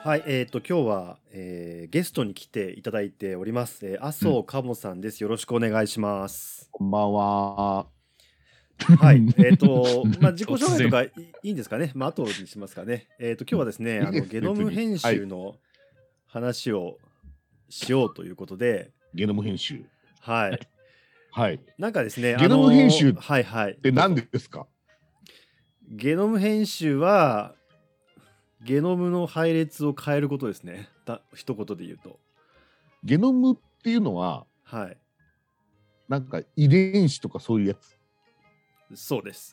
はい、今日は、ゲストに来ていただいております。麻生かもさんです。よろしくお願いします。 こんばんは。 はい、自己紹突然介とかいいんですかね。後にしますかね。今日はですね、 いいですゲノム別に編集の話をしようということで、 ゲノム編集。 はい。 はい。 なんかですね、 ゲノム編集はいはい。 で何ですか？ ゲノム編集は、ゲノムの配列を変えることですね。一言で言うと。 ゲノムっていうのは、 はい。 なんか遺伝子とかそういうやつ。 そうです。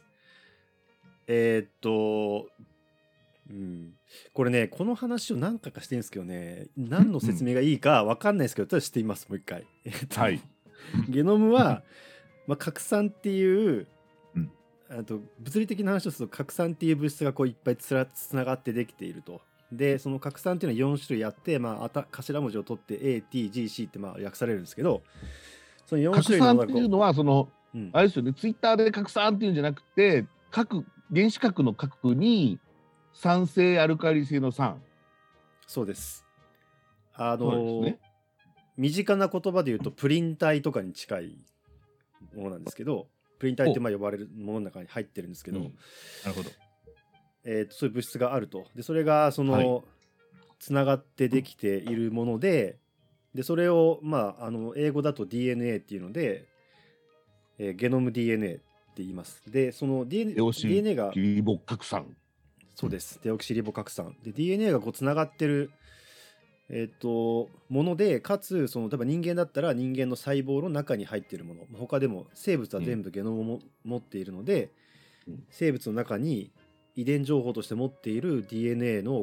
これね、この話を何回かしてるんですけどね、何の説明がいいか分かんないですけど、ただしています、もう一回。 はい。 ゲノムは、核酸っていう、 うん物理的な話をすると、核酸っていう物質がこういっぱいつながってできていると。で、その核酸っていうのは4種類あって、頭文字を取って A、T、G、C って訳されるんですけど、その4 拡種類の散っていうのは、あれですよね、ツイッターで拡散っていうんじゃなくて、原子核の核に酸性アルカリ性の酸。 そうです。 そうですね。 身近な言葉で言うとプリン体とかに近いものなんですけど、プリン体って呼ばれるものの中に入ってるんですけど、 なるほど。 そういう物質があると。でそれがつながってできているもので、それを英語だと DNA っていうので、ゲノム DNA って言います。でその DNA がリボ核酸。 そうです。デオキシリボ核酸で DNA がつながってるもので、かつ例えば人間だったら人間の細胞の中に入っているもの、他でも生物は全部ゲノムを持っているので、生物の中に遺伝情報として持っている DNA の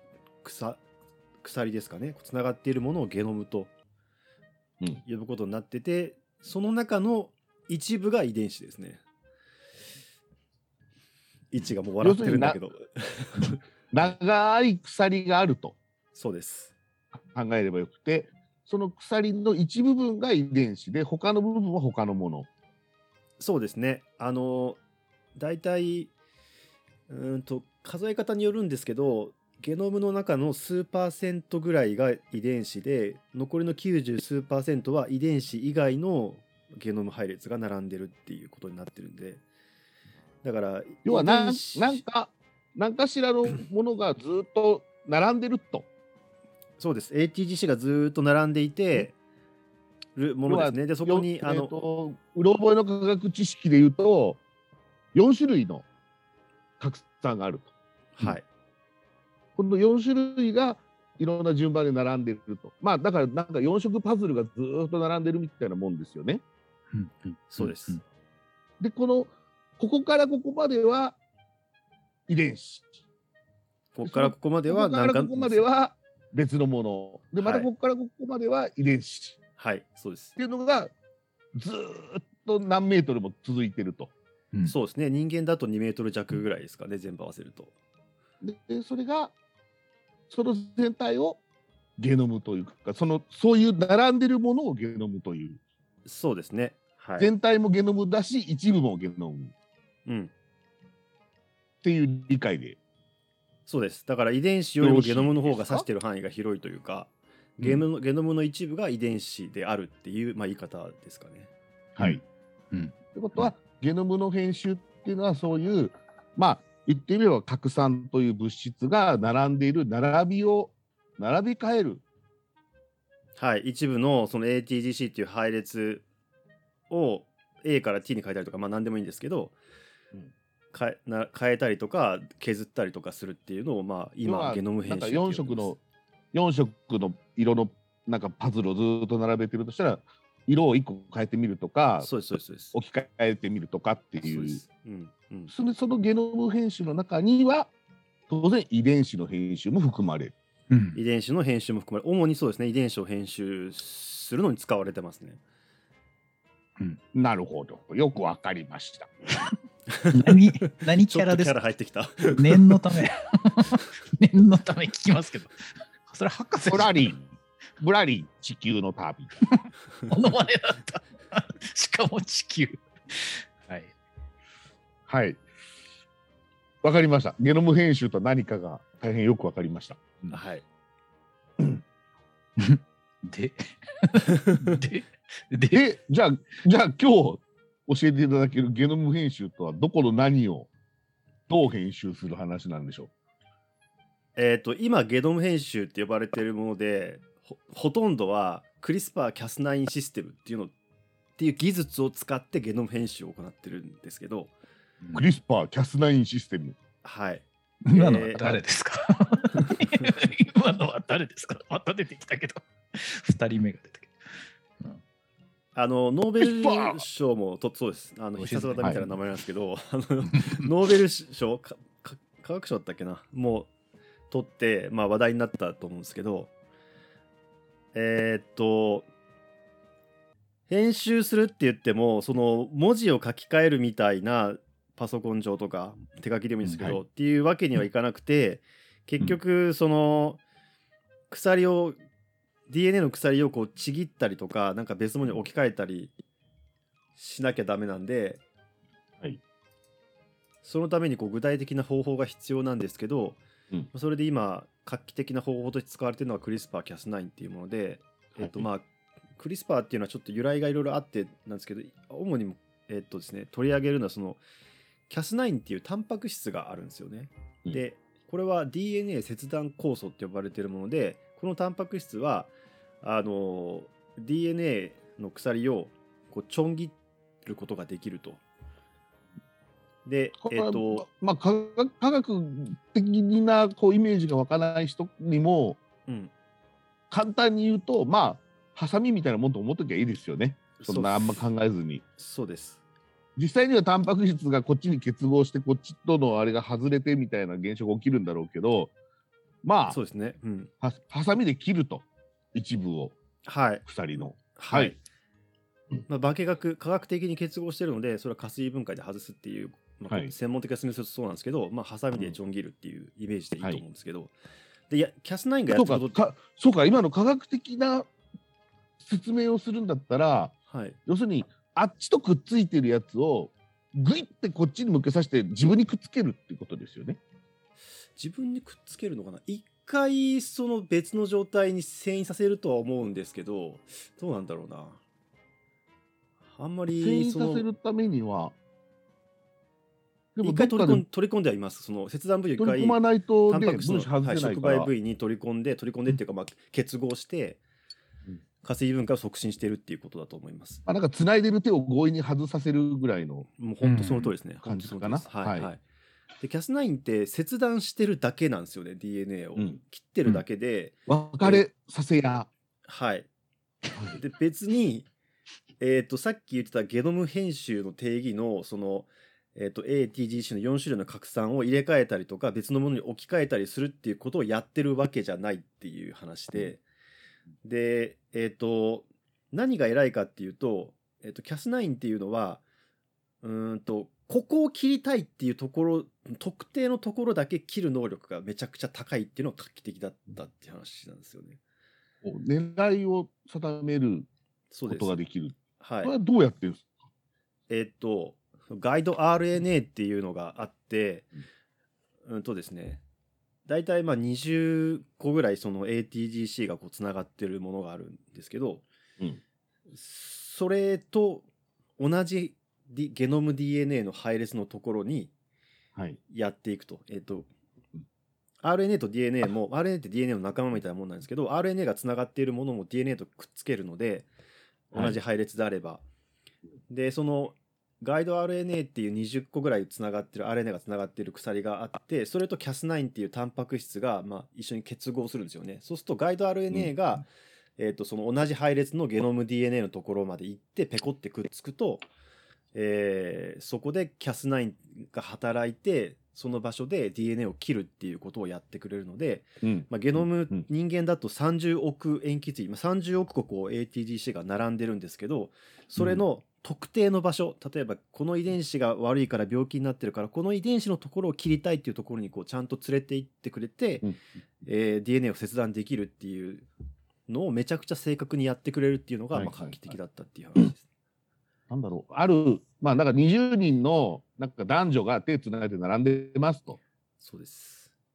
鎖ですかね、つながっているものをゲノムと呼ぶことになってて、その中の一部が遺伝子ですね。位置がもう笑ってるんだけど長い鎖があると。 そうです。 考えればよくて、その鎖の一部分が遺伝子で、他の部分は他のもの。 そうですね。大体数え方によるんですけど、ゲノムの中の数%ぐらいが遺伝子で、残りの90数%は遺伝子以外のゲノム配列が並んでるっていうことになってるんで、だから要は何かしらのものがずっと並んでると。 そうです。 ATGC がずっと並んでいてるものですね。でそこにうろ覚えの科学知識でいうと4種類の核酸があると。 はい。 この4種類がいろんな順番で並んでると。だからなんか4色パズルがずっと並んでるみたいなもんですよね。 そうです。 でここからここまでは遺伝子。 ここからここまでは別のもので、またここからここまでは遺伝子。 はい、そうです。 っていうのがずっと何メートルも続いてると。 そうですね。人間だと2メートル弱ぐらいですかね、全部合わせると。 でそれがその全体をゲノムというか、そういう並んでるものをゲノムという。 そうですね。はい、 全体もゲノムだし、一部もゲノム。っていう理解で。 そうです。だから遺伝子よりもゲノムの方が指している範囲が広いというか、ゲノムの一部が遺伝子であるっていう言い方ですかね。 はい。ってことは、ゲノムの編集っていうのはそういう言ってみれば核酸という物質が並んでいる並び替える。 はい、一部のその ATGC っていう配列を A から T に変えたりとか、何でもいいんですけど、変えたりとか削ったりとかするっていうのを今ゲノム編集って 4色の色のなんかパズルをずっと並べてるとしたら、色を1個変えてみるとか、 そうです置き換えてみるとかっていう。そのゲノム編集の中には当然遺伝子の編集も含まれる。 遺伝子の編集も含まれる。主にそうですね、遺伝子を編集するのに使われてますね。 なるほど、よくわかりました。 何キャラですか？ キャラ入ってきた。 念のため念のため聞きますけど、それ博士ぶらり地球の旅。 モノマネだったしかも地球。 はいわかりました。ゲノム編集と何かが大変よくわかりました。 はい。 で、 じゃあ今日教えていただけるゲノム編集とはどこの何をどう編集する話なんでしょ今ゲノム編集って呼ばれているものでほとんどはクリスパー Cas9 システムっていう技術を使ってゲノム編集を行ってるんですけど、 クリスパー Cas9 システム。 はい。 今のは誰ですか？今のは誰ですか？また出てきたけど2人目が出たけど、 ノーベル賞もそうです。必殺技みたいな名前なんですけど、ノーベル賞科学賞だったっけな、もう取って、まあ、話題になったと思うんですけど、編集するって言ってもその文字を書き換えるみたいなパソコン上とか手書きでもいいんですけど、っていうわけにはいかなくて、結局その鎖を DNA の鎖をこうちぎったりとかなんか別のものに置き換えたりしなきゃダメなんで、そのためにこう具体的な方法が必要なんですけど、それで今画期的な方法として使われているのはクリスパー Cas9 っていうもので、まあクリスパーっていうのはちょっと由来がいろいろあってなんですけど、主にですね、取り上げるのはその Cas9 っていうタンパク質があるんですよね。でこれは DNA 切断酵素って呼ばれているもので、このタンパク質はDNA の鎖をこうちょん切ることができると。でまあ科学的なこうイメージが湧かない人にも、簡単に言うとまあハサミみたいなもんと思っときゃいいですよね。そんなあんま考えずに。 そうです。 実際にはタンパク質がこっちに結合してこっちとのあれが外れてみたいな現象が起きるんだろうけど、まあそうですね、 ハサミで切ると一部を、鎖のまあ、 化学的に結合しているのでそれは加水分解で外すっていう、専門的な説明するとそうなんですけど、まあ、ハサミでちょん切るっていうイメージでいいと思うんですけど、でCas9 がやってることそうか今の科学的な説明をするんだったら、要するにあっちとくっついてるやつをグイってこっちに向けさせて自分にくっつけるってことですよね。 自分にくっつけるのかな。一回その別の状態に遷移させるとは思うんですけど、どうなんだろうな。あんまり遷移させるためには一回取り込んではいます。その切断部位を一回取り込まないとタンパク質の触媒部位に取り込んでっていうか、まあ結合して加水分解を促進しているっていうことだと思います。 なんか繋いでる手を強引に外させるぐらいの、 もう本当その通りですね。 感じかな。 でCas9 って切断してるだけなんですよね。 DNA を切ってるだけで、 別れさせやで別にさっき言ってたゲノム編集の定義のそのATGC の4種類の核酸を入れ替えたりとか別のものに置き換えたりするっていうことをやってるわけじゃないっていう話で、で何が偉いかっていうと、Cas9 っていうのはここを切りたいっていうところ、特定のところだけ切る能力がめちゃくちゃ高いっていうのが画期的だったっていう話なんですよね。 狙いを定めることができる。これはどうやってるんですか？ ガイド RNA っていうのがあって、ですね、だいたいまあ20個ぐらいその ATGC がこうつながってるものがあるんですけど、それと同じゲノム DNA の配列のところにやっていくと、RNA と DNA も RNA って DNA の仲間みたいなもんなんですけど、 RNA がつながっているものも DNA とくっつけるので同じ配列であれば、でそのガイド RNA っていう20個ぐらいつながってる RNA がつながっている鎖があって、それと Cas9 っていうタンパク質がまあ一緒に結合するんですよね。そうするとガイド RNA が、その同じ配列のゲノム DNA のところまで行ってペコってくっつくと、そこで Cas9 が働いてその場所で DNA を切るっていうことをやってくれるので、ゲノム、人間だと30億塩基対、30億個こう ATGC が並んでるんですけど、それの特定の場所、例えばこの遺伝子が悪いから病気になってるからこの遺伝子のところを切りたいっていうところにこうちゃんと連れて行ってくれて、DNA を切断できるっていうのをめちゃくちゃ正確にやってくれるっていうのがまあ画期的だったっていう話です。 なんだろう、なんか20人のなんか男女が手つないで並んでますと。 そうです。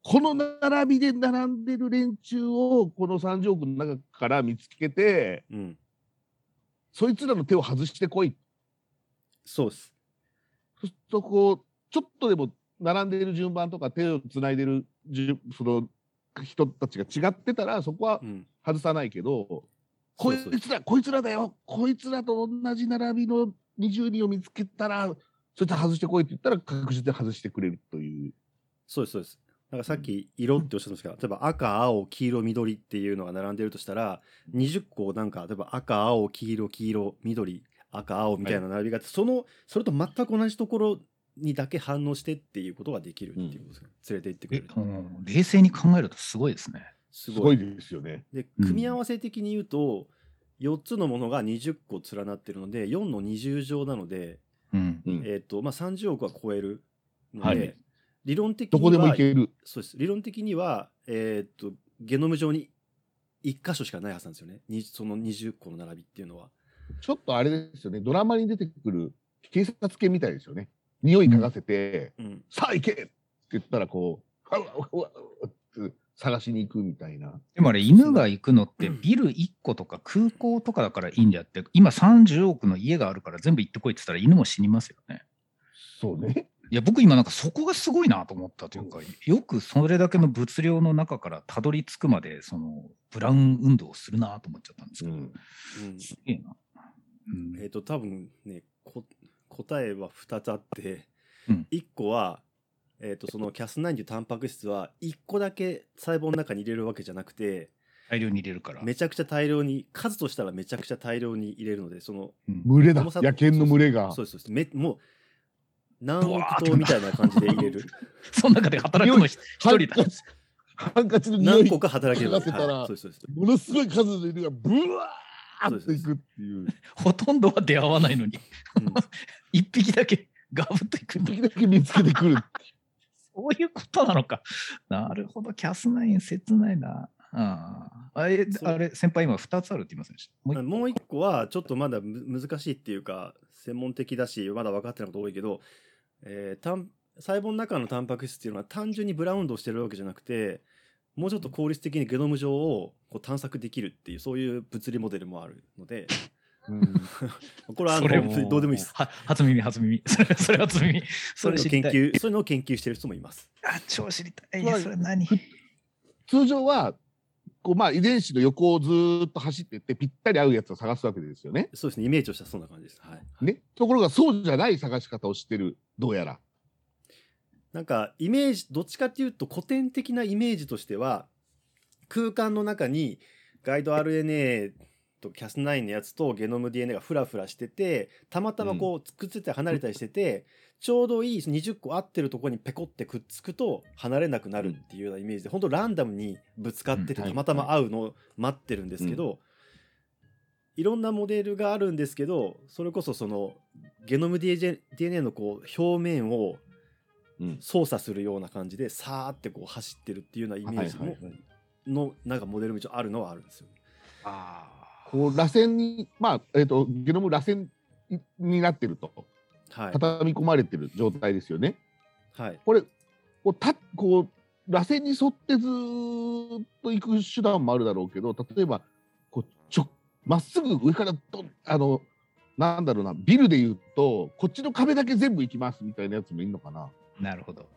この並びで並んでる連中をこの30億の中から見つけて、 うん、 そいつらの手を外してこい。 そうです。 そうするとこうちょっとでも並んでいる順番とか手をつないでるその人たちが違ってたらそこは外さないけど、こいつらだよ、こいつらと同じ並びの20人を見つけたらそいつ外してこいって言ったら確実に外してくれるという。 そうですそうです。なんかさっき色っておっしゃったんですが、例えば赤青黄色緑っていうのが並んでるとしたら20個なんか例えば赤青黄色黄色緑赤青みたいな並びがあって、それと全く同じところにだけ反応してっていうことができるっていうことですね。連れて行ってくれる。 冷静に考えるとすごいですね。 すごいですよね。 で組み合わせ的に言うと、4つのものが20個連なってるので4の20乗なので、30億は超えるので、理論的にはどこでもいける。 そうです。理論的には、ゲノム上に1箇所しかないはずなんですよね。その20個の並びっていうのは。 ちょっとあれですよね。ドラマに出てくる警察犬みたいですよね。匂い嗅がせて、さあ行けって言ったらこう探しに行くみたいな。 でもあれ犬が行くのってビル1個とか空港とかだからいいんであって、今30億の家があるから全部行ってこいって言ったら犬も死にますよね。 そうね。 いや僕今なんかそこがすごいなと思ったというか、よくそれだけの物量の中からたどり着くまでそのブラウン運動をするなと思っちゃったんですけど、すげえな。 多分ね答えは2つあって、 1 個は、そのキャス9というタンパク質は1個だけ細胞の中に入れるわけじゃなくて大量に入れるからめちゃくちゃ大量に、数としたらめちゃくちゃ大量に入れるので、その群れだ、野犬の群れが。 そうですもう何億頭みたいな感じで入れる。 その中で働くの一人だ。 ハンカチの何個か働ける。 せたら、ものすごい数の犬がブワーっていくっていう。 ほとんどは出会わないのに、一匹だけガブッといく。 一匹だけ見つけてくる。 そういうことなのか。なるほど、キャス9切ないな。あれ先輩今2つあるって言いませんでした？もう1個はちょっとまだ難しいっていうか専門的だしまだ分かってないこと多いけど、細胞の中のタンパク質っていうのは単純にブラウンドをしてるわけじゃなくてもうちょっと効率的にゲノム上をこう探索できるっていうそういう物理モデルもあるので、これはどうでもいいです。初耳それ初耳。そういうのを研究してる人もいます。超知りたい。それ何？ 通常はこう遺伝子の横をずっと走っていってぴったり合うやつを探すわけですよね。 そうですね、イメージとしてはそんな感じです。 ね、ところがそうじゃない探し方をしてる、どうやら。 なんかイメージどっちかっていうと古典的なイメージとしては空間の中にガイド RNA と Cas9 のやつとゲノム DNA がフラフラしててたまたまこうくっついて離れたりしてて、ちょうどいい20個合ってるところにペコってくっつくと離れなくなるっていうようなイメージで、本当ランダムにぶつかっててたまたま合うのを待ってるんですけど、いろんなモデルがあるんですけどそれこそそのゲノム DNA のこう表面を操作するような感じでさーってこう走ってるっていうようなイメージのなんかモデルもあるのはあるんですよ。 こう螺旋にゲノム螺旋になってると、畳み込まれてる状態ですよね。これこう螺旋に沿ってずっと行く手段もあるだろうけど、例えばこうまっすぐ上からなんだろうな、ビルでいうとこっちの壁だけ全部行きますみたいなやつもいるのかな。 なるほど。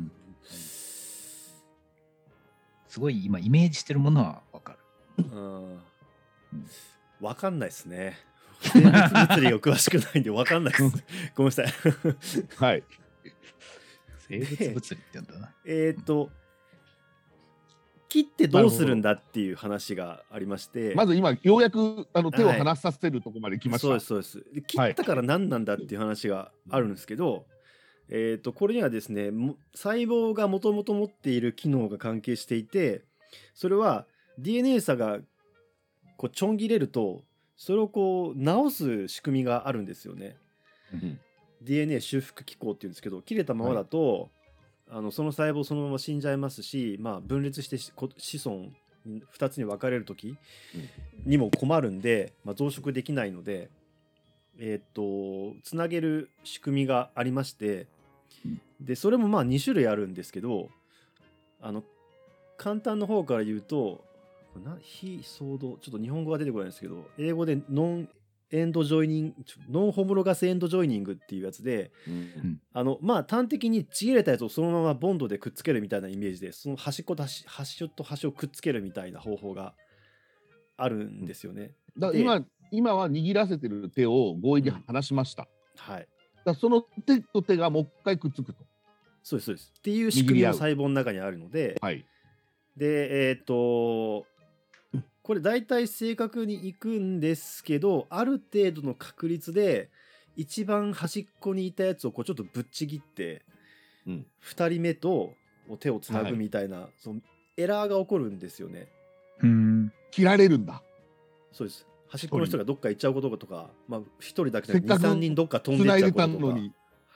すごい今イメージしてるものは分かる。 分かんないですね。生物物理が詳しくないんで分かんないです。ごめんなさい。 はい。 生物物理って言うんだな。 切ってどうするんだっていう話がありまして、 まず今ようやく手を離させるところまで来ました。 そうです切ったから何なんだっていう話があるんですけど、これにはですね細胞がもともと持っている機能が関係していて、それは DNA 差がこうちょん切れるとそれをこう直す仕組みがあるんですよね。DNA 修復機構っていうんですけど、切れたままだと、その細胞そのまま死んじゃいますし、分裂して子孫2つに分かれる時にも困るんで、増殖できないので、つなげる仕組みがありまして、でそれも2種類あるんですけど、 簡単な方から言うと非相動、ちょっと日本語が出てこないんですけど、英語でノンホモロガスエンドジョイニングっていうやつで、まあ端的にちぎれたやつをそのままボンドでくっつけるみたいなイメージで、その端っこと端をくっつけるみたいな方法があるんですよね。 だから今は握らせてる手を強引に離しました。 はい。 だその手と手がもう一回くっつくと。 そうですそうです。っていう仕組みの細胞の中にあるので、 はい、 でこれ大体正確にいくんですけど、ある程度の確率で一番端っこにいたやつをこうちょっとぶっちぎって、2人目と手をつなぐみたいな、そのエラーが起こるんですよね。 切られるんだ。 そうです。端っこの人がどっか行っちゃうこととか、まあ1人だけで2、3人どっか飛んでっちゃうこととか、はい、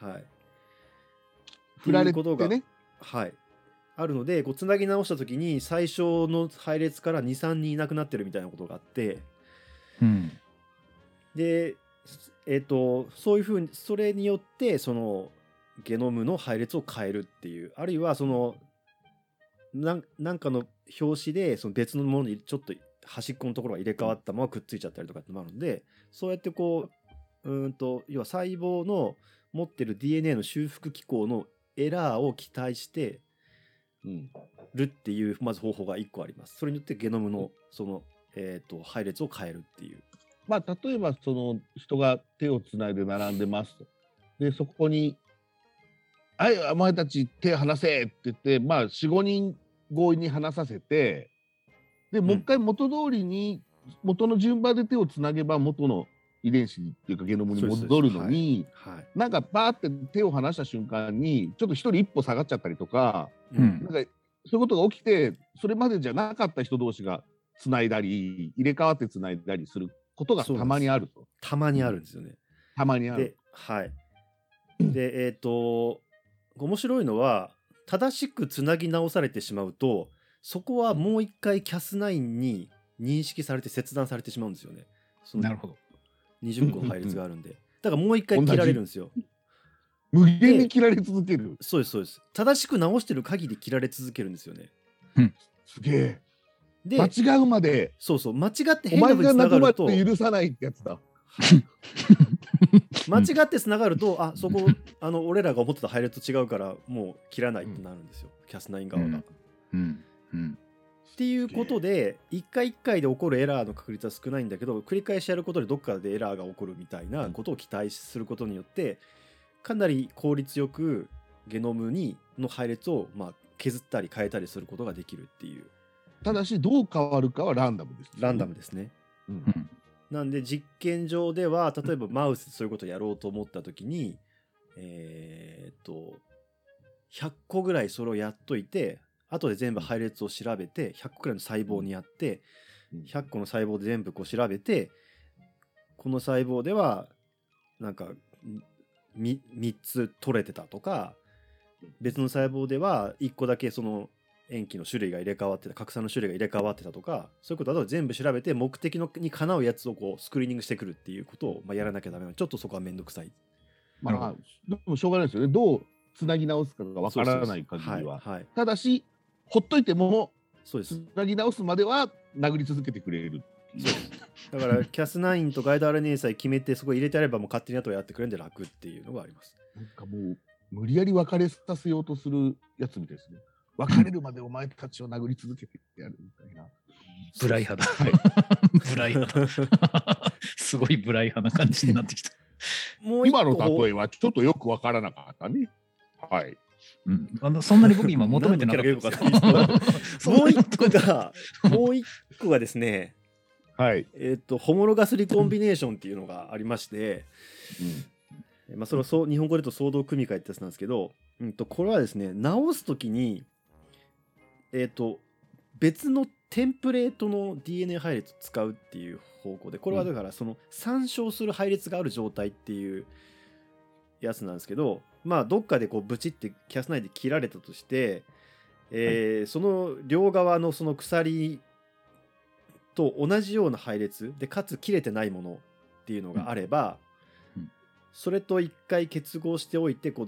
振られてね、 はい、あるので、こうつなぎ直した時に最初の配列から 2,3 人いなくなってるみたいなことがあって、でそういうふうにそれによってそのゲノムの配列を変えるっていう、あるいはそのなんかの表紙でその別のものにちょっと端っこのところが入れ替わったままくっついちゃったりとかってのもあるので、そうやってこう要は細胞の持ってる DNA の修復機構のエラーを期待してるっていうまず方法が1個あります。それによってゲノムのその、配列を変えるっていう。 まあ例えばその人が手をつないで並んでますと。でそこに「はいお前たち手離せ」って言って、まあ 4,5 人強引に離させて、でもう一回元通りに元の順番で手をつなげば元の遺伝子っていうかゲノムに戻るのに、なんかバーって手を離した瞬間にちょっと一人一歩下がっちゃったりとか、なんかそういうことが起きて、それまでじゃなかった人同士がつないだり入れ替わってつないだりすることがたまにあると。 たまにあるんですよね。 たまにある。 で、はい。で面白いのは正しくつなぎ直されてしまうと、そこはもう一回 Cas9 に認識されて切断されてしまうんですよね。 なるほど。 20個の配列があるんで、だからもう一回切られるんですよ。 無限に切られ続ける。 そうですそうです。正しく直してる限り切られ続けるんですよね。 すげえ。で間違うまで。 そうそう、間違って変な風につながると、 お前が泣くまで許さないってやつだ。 間違ってつながると、あそこ俺らが思ってた配列と違うからもう切らないってなるんですよ、Cas9 側が。っていうことで1回1回で起こるエラーの確率は少ないんだけど、繰り返しやることでどっかでエラーが起こるみたいなことを期待することによって、かなり効率よくゲノムの配列を削ったり変えたりすることができるっていう。 ただしどう変わるかはランダムです、ね。 ランダムですね。なんで実験上では例えばマウスでそういうことをやろうと思った時に100個ぐらいそれをやっといて、後で全部配列を調べて100個くらいの細胞にやって100個の細胞で全部こう調べて、この細胞ではなんか3つ取れてたとか、別の細胞では1個だけその塩基の種類が入れ替わってた、核酸の種類が入れ替わってたとか、そういうことを全部調べて目的にかなうやつをこうスクリーニングしてくるっていうことをやらなきゃダメなので、ちょっとそこはめんどくさい。 まあでもしょうがないですよね。どうつなぎ直すかがわからない限りは。ただしほっといてもつなぎ直すまでは殴り続けてくれる。 そうですだから Cas9 とガイド RNA さえ決めてそこ入れてあればもう勝手にあとやってくれるんで楽っていうのがあります。 なんかもう無理やり別れさせようとするやつみたいですね。別れるまでお前たちを殴り続けてやるみたいな。 ブライ派だ。ブライ派。すごいブライ派な感じになってきた。 今の例えはちょっとよくわからなかったね。はい。 そんなに僕今求めてなかったですもう一個がですね、ホモロガスリコンビネーションっていうのがありまして、それを日本語で言うと相動組み換えってやつなんですけど、これはですね、直すときに別のテンプレートの DNA 配列を使うっていう方向で、これはだからその参照する配列がある状態っていうやつなんですけど、どっかでこうブチってCas9で切られたとして、その両側のその鎖と同じような配列でかつ切れてないものっていうのがあれば、それと一回結合しておいてこう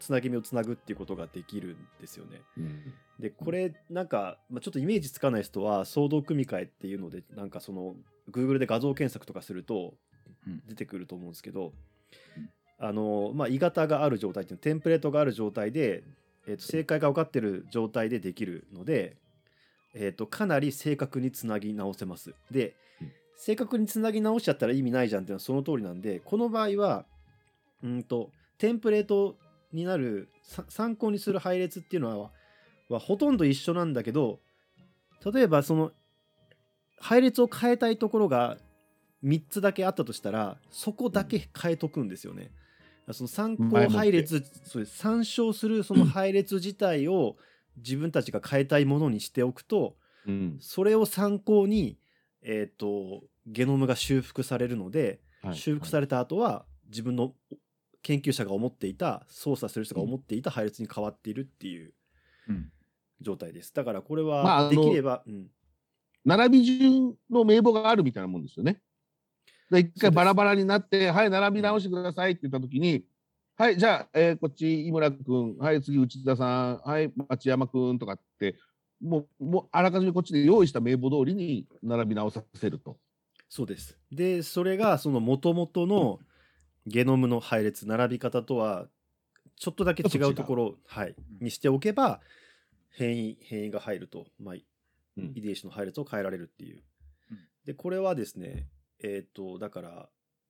つなぎ目をつなぐっていうことができるんですよね。 うんでこれなんか、ちょっとイメージつかない人は相動組み換えっていうのでなんかその Google で画像検索とかすると出てくると思うんですけど、鋳型がある状態っていうのテンプレートがある状態で、正解が分かってる状態でできるので、かなり正確につなぎ直せます。で、正確につなぎ直しちゃったら意味ないじゃんっていうのはその通りなんで、この場合はテンプレートになる参考にする配列っていうのはほとんど一緒なんだけど、例えばその配列を変えたいところが3つだけあったとしたらそこだけ変えとくんですよね。その参考配列、そうです参照するその配列自体を自分たちが変えたいものにしておくと、それを参考に、ゲノムが修復されるので、修復された後は自分の研究者が思っていた操作する人が思っていた配列に変わっているっていう状態です。だからこれはできれば、 並び順の名簿があるみたいなもんですよね。一回バラバラになってはい並び直してくださいって言った時に、はいじゃあ、こっち井村君、はい次内田さん、はい町山君とかってもうあらかじめこっちで用意した名簿通りに並び直させると。 そうです。でそれがその元々のゲノムの配列並び方とはちょっとだけ違うところ、にしておけば変異が入ると、遺伝子の配列を変えられるっていう。でこれはですねだから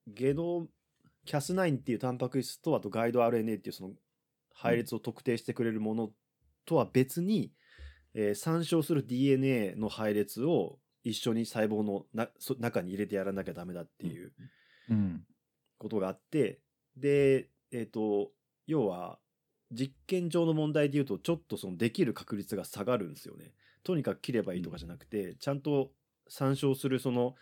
Cas9 っていうタンパク質とあとガイド RNA っていうその配列を特定してくれるものとは別に、参照する DNA の配列を一緒に細胞の中に入れてやらなきゃダメだっていうことがあって、で要は実験上の問題でいうとちょっとそのできる確率が下がるんですよね。とにかく切ればいいとかじゃなくて、ちゃんと参照するその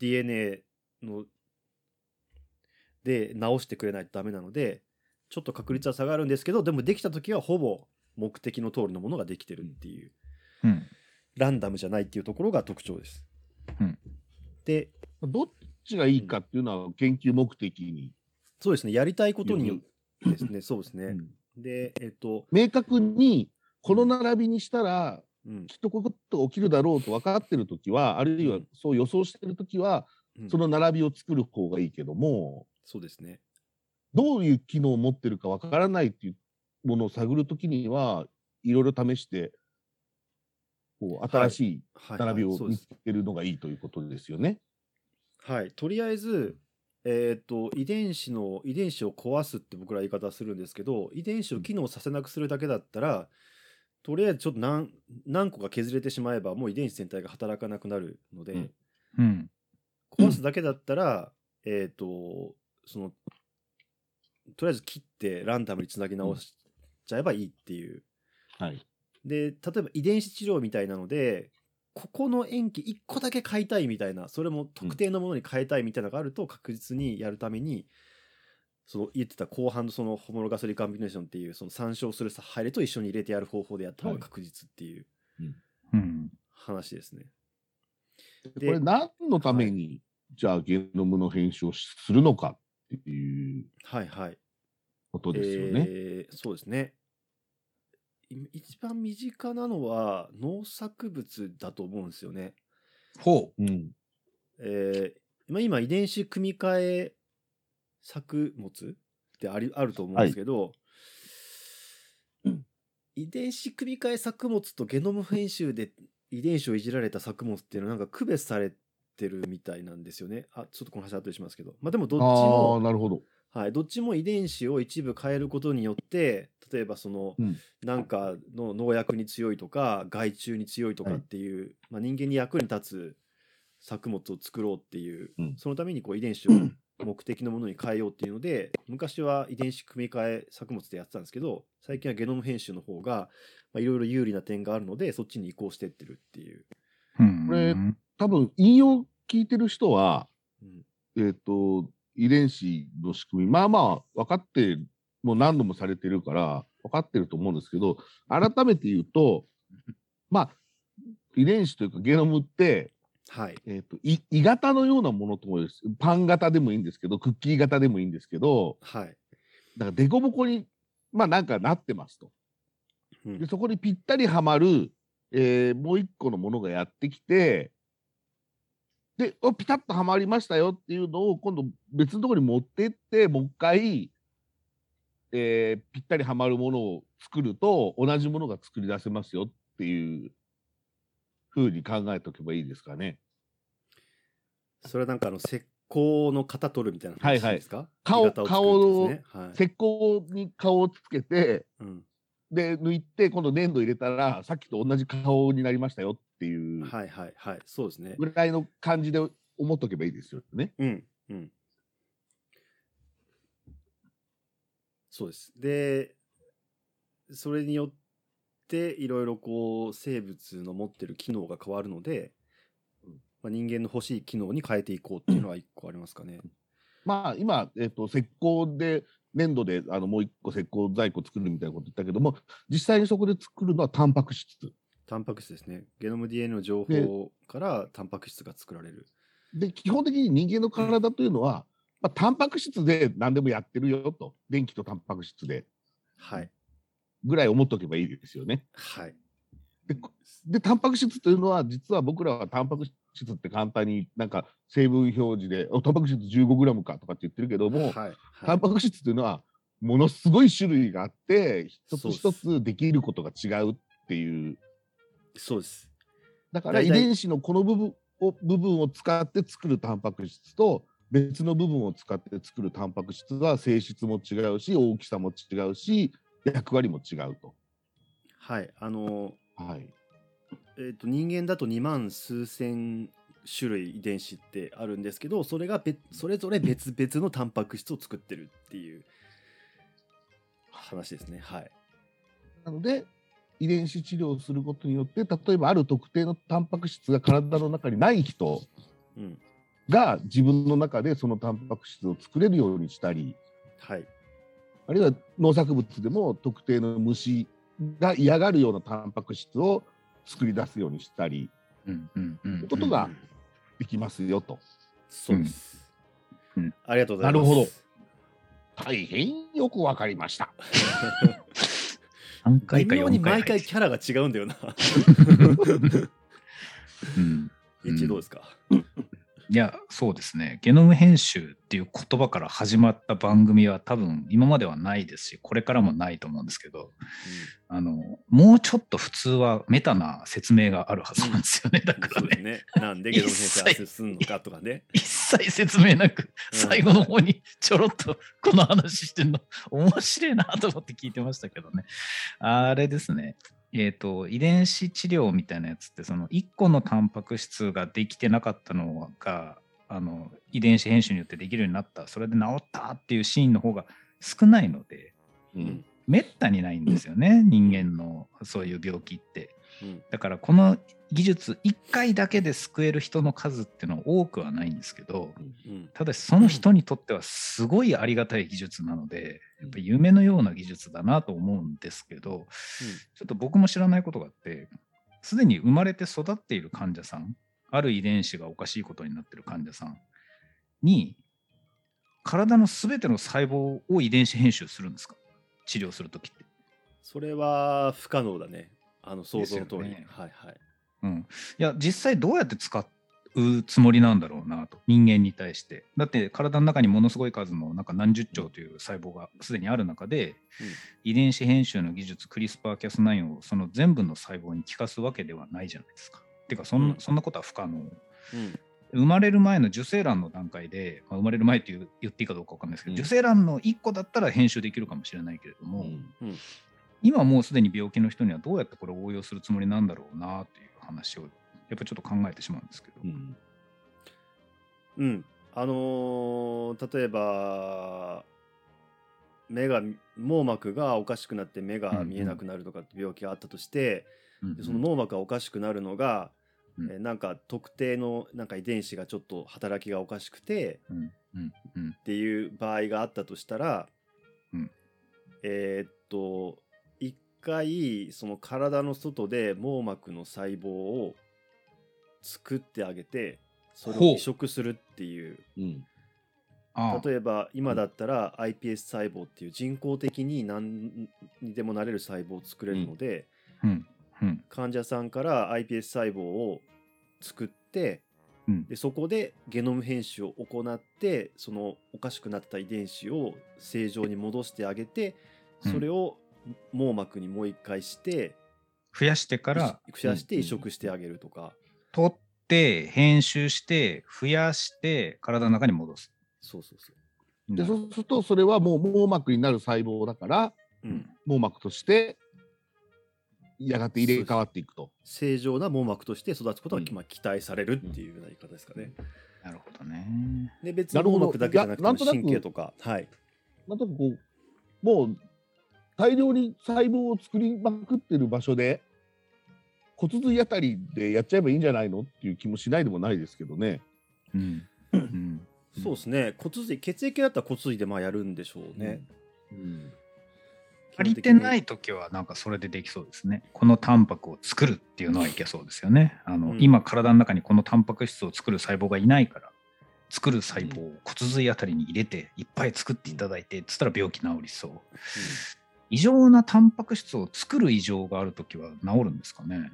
DNA ので直してくれないとダメなのでちょっと確率は下がるんですけど、でもできた時はほぼ目的の通りのものができてるっていう、ランダムじゃないっていうところが特徴です。でどっちがいいかっていうのは研究目的に、 そうですね、やりたいことにですねそうですね。で明確にこの並びにしたら、きっとこういうことが起きるだろうと分かってる時は、あるいはそう予想してる時は、その並びを作る方がいいけども、 そうですね、 どういう機能を持ってるか分からないっていうものを探る時にはいろいろ試してこう新しい並びを見つけるのがいいということですよね。 とりあえず遺伝子を壊すって僕ら言い方するんですけど、遺伝子を機能させなくするだけだったら、とりあえずちょっと何個か削れてしまえばもう遺伝子全体が働かなくなるので、壊すだけだったらそのとりあえず切ってランダムにつなぎ直しちゃえばいいっていう。で例えば遺伝子治療みたいなのでここの塩基1個だけ変えたいみたいな、それも特定のものに変えたいみたいなのがあると確実にやるためにその言ってた後半のそのホモロガスリカンビネーションっていうその参照する配列と一緒に入れてやる方法でやった方が確実っていう話ですね。 これ何のために、じゃあゲノムの編集をするのかっていうことですよね。 そうですね。一番身近なのは農作物だと思うんですよね。今遺伝子組み換え作物ってあると思うんですけど、遺伝子組み換え作物とゲノム編集で遺伝子をいじられた作物っていうのはなんか区別されてるみたいなんですよね。ちょっとこの話後でしますけど、でもどっちもなるほど。 どっちも遺伝子を一部変えることによって例えばその、なんかの農薬に強いとか害虫に強いとかっていう、人間に役に立つ作物を作ろうっていう、そのためにこう遺伝子を目的のものに変えようっていうので昔は遺伝子組み換え作物でやってたんですけど、最近はゲノム編集の方がいろいろ有利な点があるのでそっちに移行してってるっていう。 これ多分引用聞いてる人は、遺伝子の仕組み分かってもう何度もされてるから分かってると思うんですけど、改めて言うと遺伝子というかゲノムって鋳型のようなものともです。パン型でもいいんですけどクッキー型でもいいんですけど、だから凸凹にまあなんかなってますと。 うんでそこにぴったりはまる、もう一個のものがやってきて、でピタッとはまりましたよっていうのを今度別のところに持ってってもう一回、ぴったりはまるものを作ると同じものが作り出せますよっていう風に考えておけばいいですかね。 それはなんか石膏の型取るみたいな話ですか？ 顔を、ね、はい、 石膏に顔をつけて、 うん、 で抜いて今度粘土入れたらさっきと同じ顔になりましたよっていうはいはいはい、そうですね。 ぐらいの感じで思っとけばいいですよね。 うんうん。そうです。で、それによっていろいろこう生物の持ってる機能が変わるので、まあ、人間の欲しい機能に変えていこうっていうのは一個ありますかね。 まあ今、石膏で粘土でもう一個石膏在庫作るみたいなこと言ったけども、実際にそこで作るのはタンパク質。 タンパク質ですね。ゲノム DNA の情報からタンパク質が作られる。 で基本的に人間の体というのは、まあ、タンパク質で何でもやってるよと、電気とタンパク質で、 はい、 ぐらい思っとけばいいですよね。 はい。 でタンパク質というのは実は僕らはタンパク質って簡単になんか成分表示でタンパク質 15g かとかって言ってるけども、 はいはい、 タンパク質というのはものすごい種類があって一つ一つできることが違うっていう。 そうです。 だから遺伝子のこの部分を使って作るタンパク質と別の部分を使って作るタンパク質は性質も違うし大きさも違うし役割も違うと。 はい、 はい。 人間だと2万数千種類遺伝子ってあるんですけど、それがそれぞれ別々のタンパク質を作ってるっていう話ですね。はい。 なので遺伝子治療をすることによって例えばある特定のタンパク質が体の中にない人が自分の中でそのタンパク質を作れるようにしたり、 はい、 あるいは農作物でも特定の虫が嫌がるようなタンパク質を作り出すようにしたりということができますよと。 そうです、ありがとうございます。 なるほど、大変よくわかりました。 3回か4回微妙に毎回キャラが違うんだよな。一どうですか？ いや、そうですね。ゲノム編集っていう言葉から始まった番組は多分今まではないですし、これからもないと思うんですけど、もうちょっと普通はメタな説明があるはずなんですよね。だからね。 なんでゲノム編集するのかとかね。 一切説明なく、最後の方にちょろっとこの話してるの、面白いなと思って聞いてましたけどね。あれですね。遺伝子治療みたいなやつってその1個のタンパク質ができてなかったのが遺伝子編集によってできるようになった、それで治ったっていうシーンの方が少ないので、めったにないんですよね、人間のそういう病気って。だからこの技術1回だけで救える人の数っていうのは多くはないんですけど、ただしその人にとってはすごいありがたい技術なので、やっぱり夢のような技術だなと思うんですけど、ちょっと僕も知らないことがあって、すでに生まれて育っている患者さん、ある遺伝子がおかしいことになっている患者さんに体のすべての細胞を遺伝子編集するんですか？治療するときって。 それは不可能だね。想像の通り。はいはい。 いや実際どうやって使うつもりなんだろうなと、人間に対して。だって体の中にものすごい数のなんか何十兆という細胞がすでにある中で、遺伝子編集の技術クリスパー・キャス9をその全部の細胞に効かすわけではないじゃないですか。てかそんなことは不可能。生まれる前の受精卵の段階で、生まれる前って言っていいかどうか分かんないですけど、受精卵の1個だったら編集できるかもしれないけれども、今もうすでに病気の人にはどうやってこれを応用するつもりなんだろうなっていう話をやっぱちょっと考えてしまうんですけど。 例えば網膜がおかしくなって目が見えなくなるとかって病気があったとして、その網膜がおかしくなるのが、なんか特定のなんか遺伝子がちょっと働きがおかしくて、っていう場合があったとしたら、一回その体の外で網膜の細胞を作ってあげて、それを移植するっていう例えば今だったら iPS 細胞っていう人工的に何にでもなれる細胞を作れるので、患者さんから iPS 細胞を作って、でそこでゲノム編集を行って、そのおかしくなった遺伝子を正常に戻してあげて、それを網膜にもう一回して増やしてから移植してあげるとか、 取って編集して増やして体の中に戻す。 そうでそうするとそれはもう網膜になる細胞だから、網膜としてやがて入れ替わっていくと、 正常な網膜として育つことが期待されるっていうような言い方ですかね。 なるほどね。 で別に網膜だけじゃなくて神経とか、 なんとなくこうもう大量に細胞を作りまくってる場所で骨髄あたりでやっちゃえばいいんじゃないのっていう気もしないでもないですけどね。 そうですね。骨髄、血液だったら骨髄でやるんでしょうね。 足りてない時はなんかそれでできそうですね。このタンパクを作るっていうのはいけそうですよね。今体の中にこのタンパク質を作る細胞がいないから、作る細胞を骨髄あたりに入れていっぱい作っていただいてっつったら病気治りそう。異常なタンパク質を作る異常がある時は治るんですかね。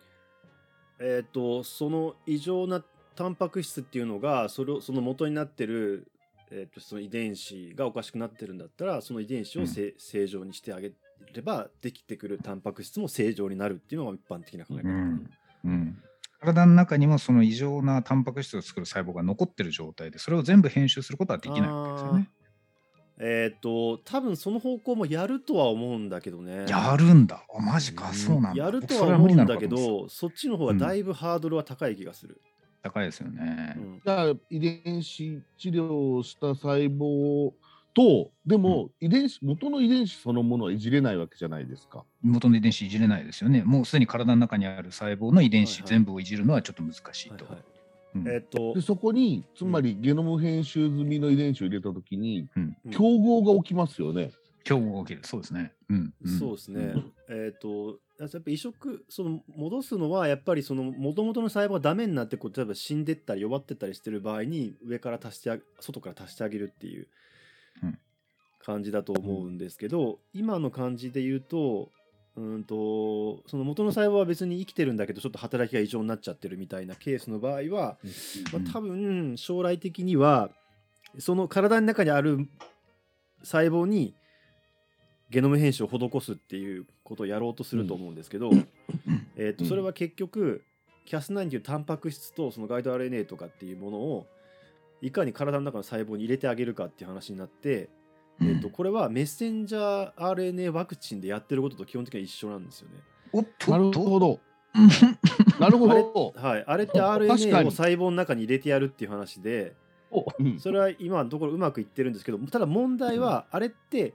その異常なタンパク質っていうのがその元になってる、その遺伝子がおかしくなってるんだったら、その遺伝子を正常にしてあげれば、できてくるタンパク質も正常になるっていうのが一般的な考え方。 体の中にもその異常なタンパク質を作る細胞が残ってる状態で、それを全部編集することはできないわけですよね。 多分その方向もやるとは思うんだけどね。 やるんだ。マジか、そうなんだ。 やるとは思うんだけど、そっちの方がだいぶハードルは高い気がする。 高いですよね。 じゃあ遺伝子治療した細胞と、でも元の遺伝子そのものはいじれないわけじゃないですか。 元の遺伝子いじれないですよね。もうすでに体の中にある細胞の遺伝子全部をいじるのはちょっと難しいと。 でそこにつまりゲノム編集済みの遺伝子を入れたときに、競合が起きますよね。 競合が起きる。そうですね。 そうですね。やっぱ移植、その戻すのはやっぱりその元々の細胞がダメになって例えば死んでったり弱ってったりしてる場合に外から足してあげるっていう感じだと思うんですけど、今の感じで言うと、その元の細胞は別に生きてるんだけどちょっと働きが異常になっちゃってるみたいなケースの場合は、多分将来的にはその体の中にある細胞にゲノム編集を施すっていうことをやろうとすると思うんですけど、それは結局Cas9っていうタンパク質とそのガイド RNA とかっていうものをいかに体の中の細胞に入れてあげるかっていう話になって、これはメッセンジャー RNA ワクチンでやってることと基本的には一緒なんですよね。 なるほど。なるほど。 あれって RNA を細胞の中に入れてやるっていう話で、それは今のところうまくいってるんですけど、ただ問題はあれって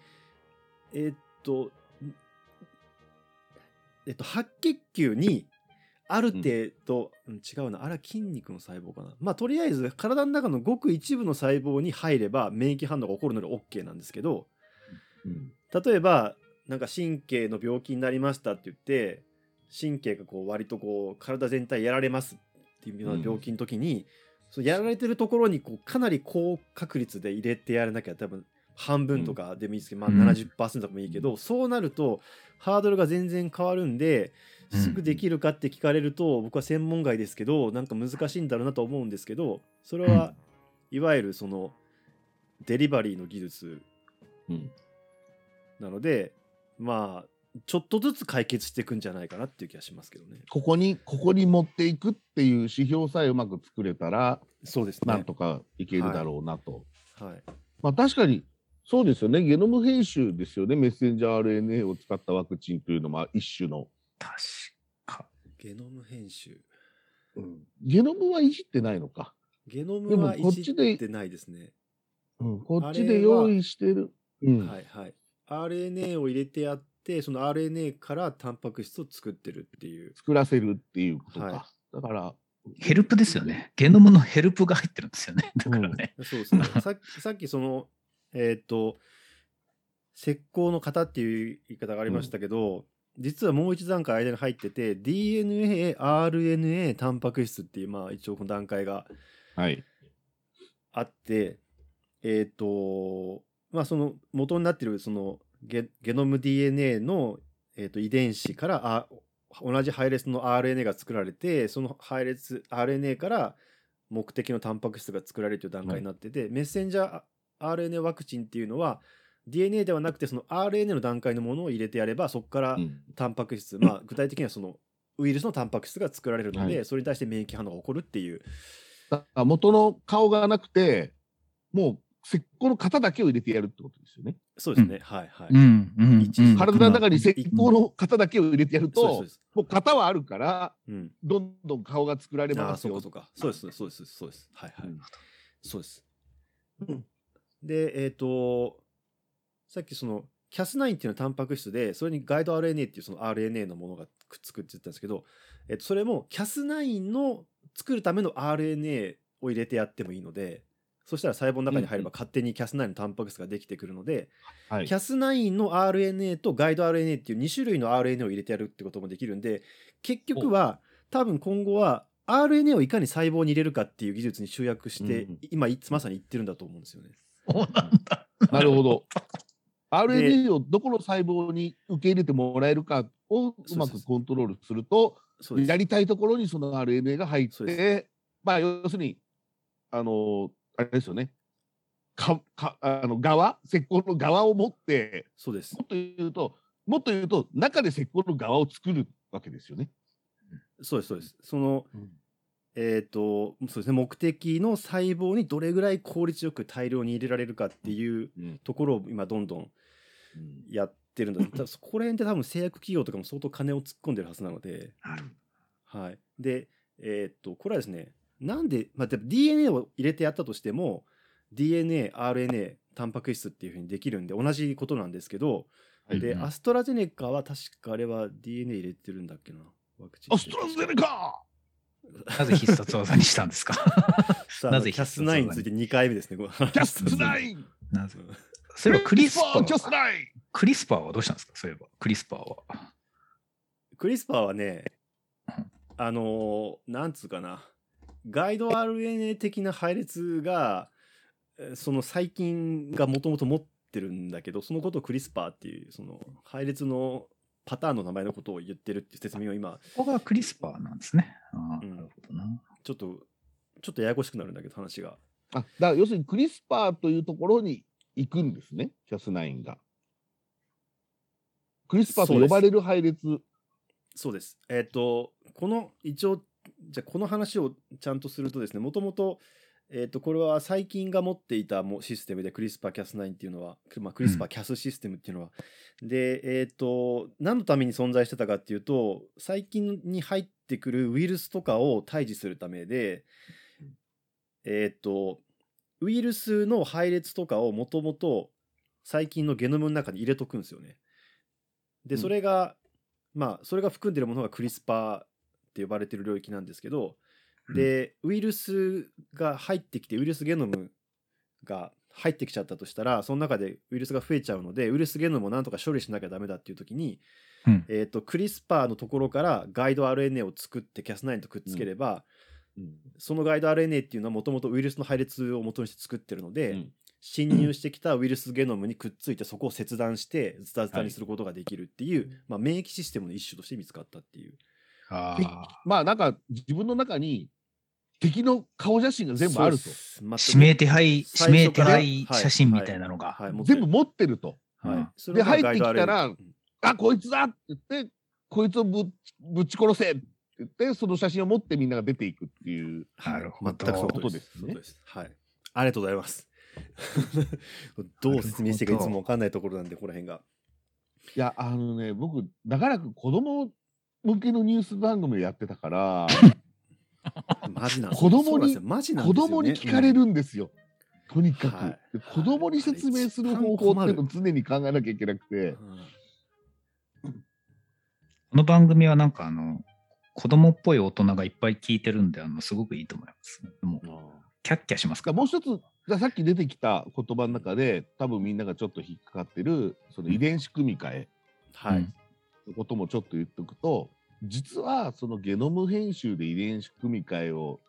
白血球にある程度、違うな、あれは筋肉の細胞かな。とりあえず体の中のごく一部の細胞に入れば免疫反応が起こるので OK なんですけど、例えばなんか神経の病気になりましたって言って神経が割と体全体やられますっていうような病気の時に、そのやられてるところにかなり高確率で入れてやらなきゃ多分半分とかでもいいですけど、70% でもいいけど、そうなるとハードルが全然変わるんで、すぐできるかって聞かれると、僕は専門外ですけどなんか難しいんだろうなと思うんですけど、それはいわゆるそのデリバリーの技術なので、ちょっとずつ解決していくんじゃないかなっていう気がしますけどね。 ここに持っていくっていう指標さえうまく作れたら、 そうですね、 なんとかいけるだろうなと。 はい、 確かにそうですよね。ゲノム編集ですよね。メッセンジャー RNA を使ったワクチンというのは一種の。 確か。 ゲノム編集。 ゲノムはいじってないのか。 ゲノムはいじってないですね。 こっちで用意してる。 はいはい。RNA を入れてやって、その RNA からタンパク質を作ってるっていう。 作らせるっていうことか。だから。 ヘルプですよね。ゲノムのヘルプが入ってるんですよね。だからね。 そうですね。さっきその、石膏の型っていう言い方がありましたけど、実はもう一段階間に入ってて、DNA、RNA、タンパク質っていう、一応この段階があって、 その元になっているそのゲノム DNA の、遺伝子から同じ配列の RNA が作られて、その配列 RNA から目的のタンパク質が作られるという段階になってて、メッセンジャー RNA ワクチンっていうのは DNA ではなくてその RNA の段階のものを入れてやれば、そこからタンパク質、具体的にはそのウイルスのタンパク質が作られるので、それに対して免疫反応が起こるっていう。 元の顔がなくて、もう石膏の型だけを入れてやるってことですよね。 そうですね。はいはい。 体の中に石膏の型だけを入れてやると、もう型はあるから、どんどん顔が作られますよ。 そうです。はいはい。そうです。で、さっきそのCas9 っていうのはタンパク質で、それにガイド RNA っていうその RNA のものがくっつくって言ったんですけど、それもCas9 の作るための RNA を入れてやってもいいので、そしたら細胞の中に入れば勝手にCas9 のタンパク質ができてくるので、Cas9 の RNA とガイド RNA っていう2種類の RNA を入れてやるってこともできるんで、結局は多分今後は RNA をいかに細胞に入れるかっていう技術に集約して、今まさに言ってるんだと思うんですよね。 そうなんだ。 なるほど。RNA をどこの細胞に受け入れてもらえるかをうまくコントロールすると、やりたいところにその RNA が入って、要するにあれですよね。石膏の側を持って、 そうです。 もっと言うと中で石膏の側を作るわけですよね。 そうです。その、そうですね、目的の細胞にどれぐらい効率よく大量に入れられるかっていうところを今どんどんやってるんだ。ただそこら辺って多分製薬企業とかも相当金を突っ込んでるはずなので、はい。で、これはですね、なんで、DNA を入れてやったとしても DNA、RNA、タンパク質っていう風にできるんで同じことなんですけど、で、アストラゼネカは確かあれは DNA 入れてるんだっけな、ワクチン。 アストラゼネカなぜ必殺技にしたんですか？ なぜCas9 について2回目ですね。 Cas9 なぜそういえばクリスパーはどうしたんですか？そういえばクリスパーはね、なんつうかな、ガイド RNA 的な配列がその細菌がもともと持ってるんだけど、そのことをクリスパーっていうその配列のパターンの名前のことを言ってるっていう説明を今。 ここがクリスパーなんですね。なるほどな。 ちょっとややこしくなるんだけど話が。 だから要するにクリスパーというところに行くんですね、Cas9 が。クリスパーと呼ばれる配列。 そうです。この一応じゃあこの話をちゃんとするとですね、もともとこれは細菌が持っていたシステムでクリスパー Cas9 っていうのは、クリスパー Cas システムっていうのは、で何のために存在してたかっていうと、細菌に入ってくるウイルスとかを退治するためで、ウイルスの配列とかをもともと細菌のゲノムの中に入れとくんですよね。でそれが含んでるものがクリスパーって呼ばれてる領域なんですけど、でウイルスが入ってきてウイルスゲノムが入ってきちゃったとしたら、その中でウイルスが増えちゃうのでウイルスゲノムをなんとか処理しなきゃダメだっていう時に、クリスパーのところからガイド RNA を作って Cas9 とくっつければ、そのガイド RNA っていうのはもともとウイルスの配列を元にして作ってるので、侵入してきたウイルスゲノムにくっついてそこを切断してズタズタにすることができるっていう、免疫システムの一種として見つかったっていう。 なんか自分の中に敵の顔写真が全部あると。 指名手配写真みたいなのが、 全部持ってると。で入ってきたらこいつだって言ってこいつをぶち殺せって言ってその写真を持ってみんなが出ていくっていう。 なるほど。 全くそういうことですね。 はい。ありがとうございます。どう説明していいかいつも分かんないところなんで、この辺が。 いや僕長らく子供向けのニュース番組をやってたからマジなん子供に聞かれるんですよ。とにかく子供に説明する方法っていうのを常に考えなきゃいけなくて。 この番組はなんか子供っぽい大人がいっぱい聞いてるんで、すごくいいと思います。もうキャッキャしますか。 もう一つさっき出てきた言葉の中で多分みんながちょっと引っかかってるその遺伝子組み換えのこともちょっと言っておくと、実はそのゲノム編集で遺伝子組み換えを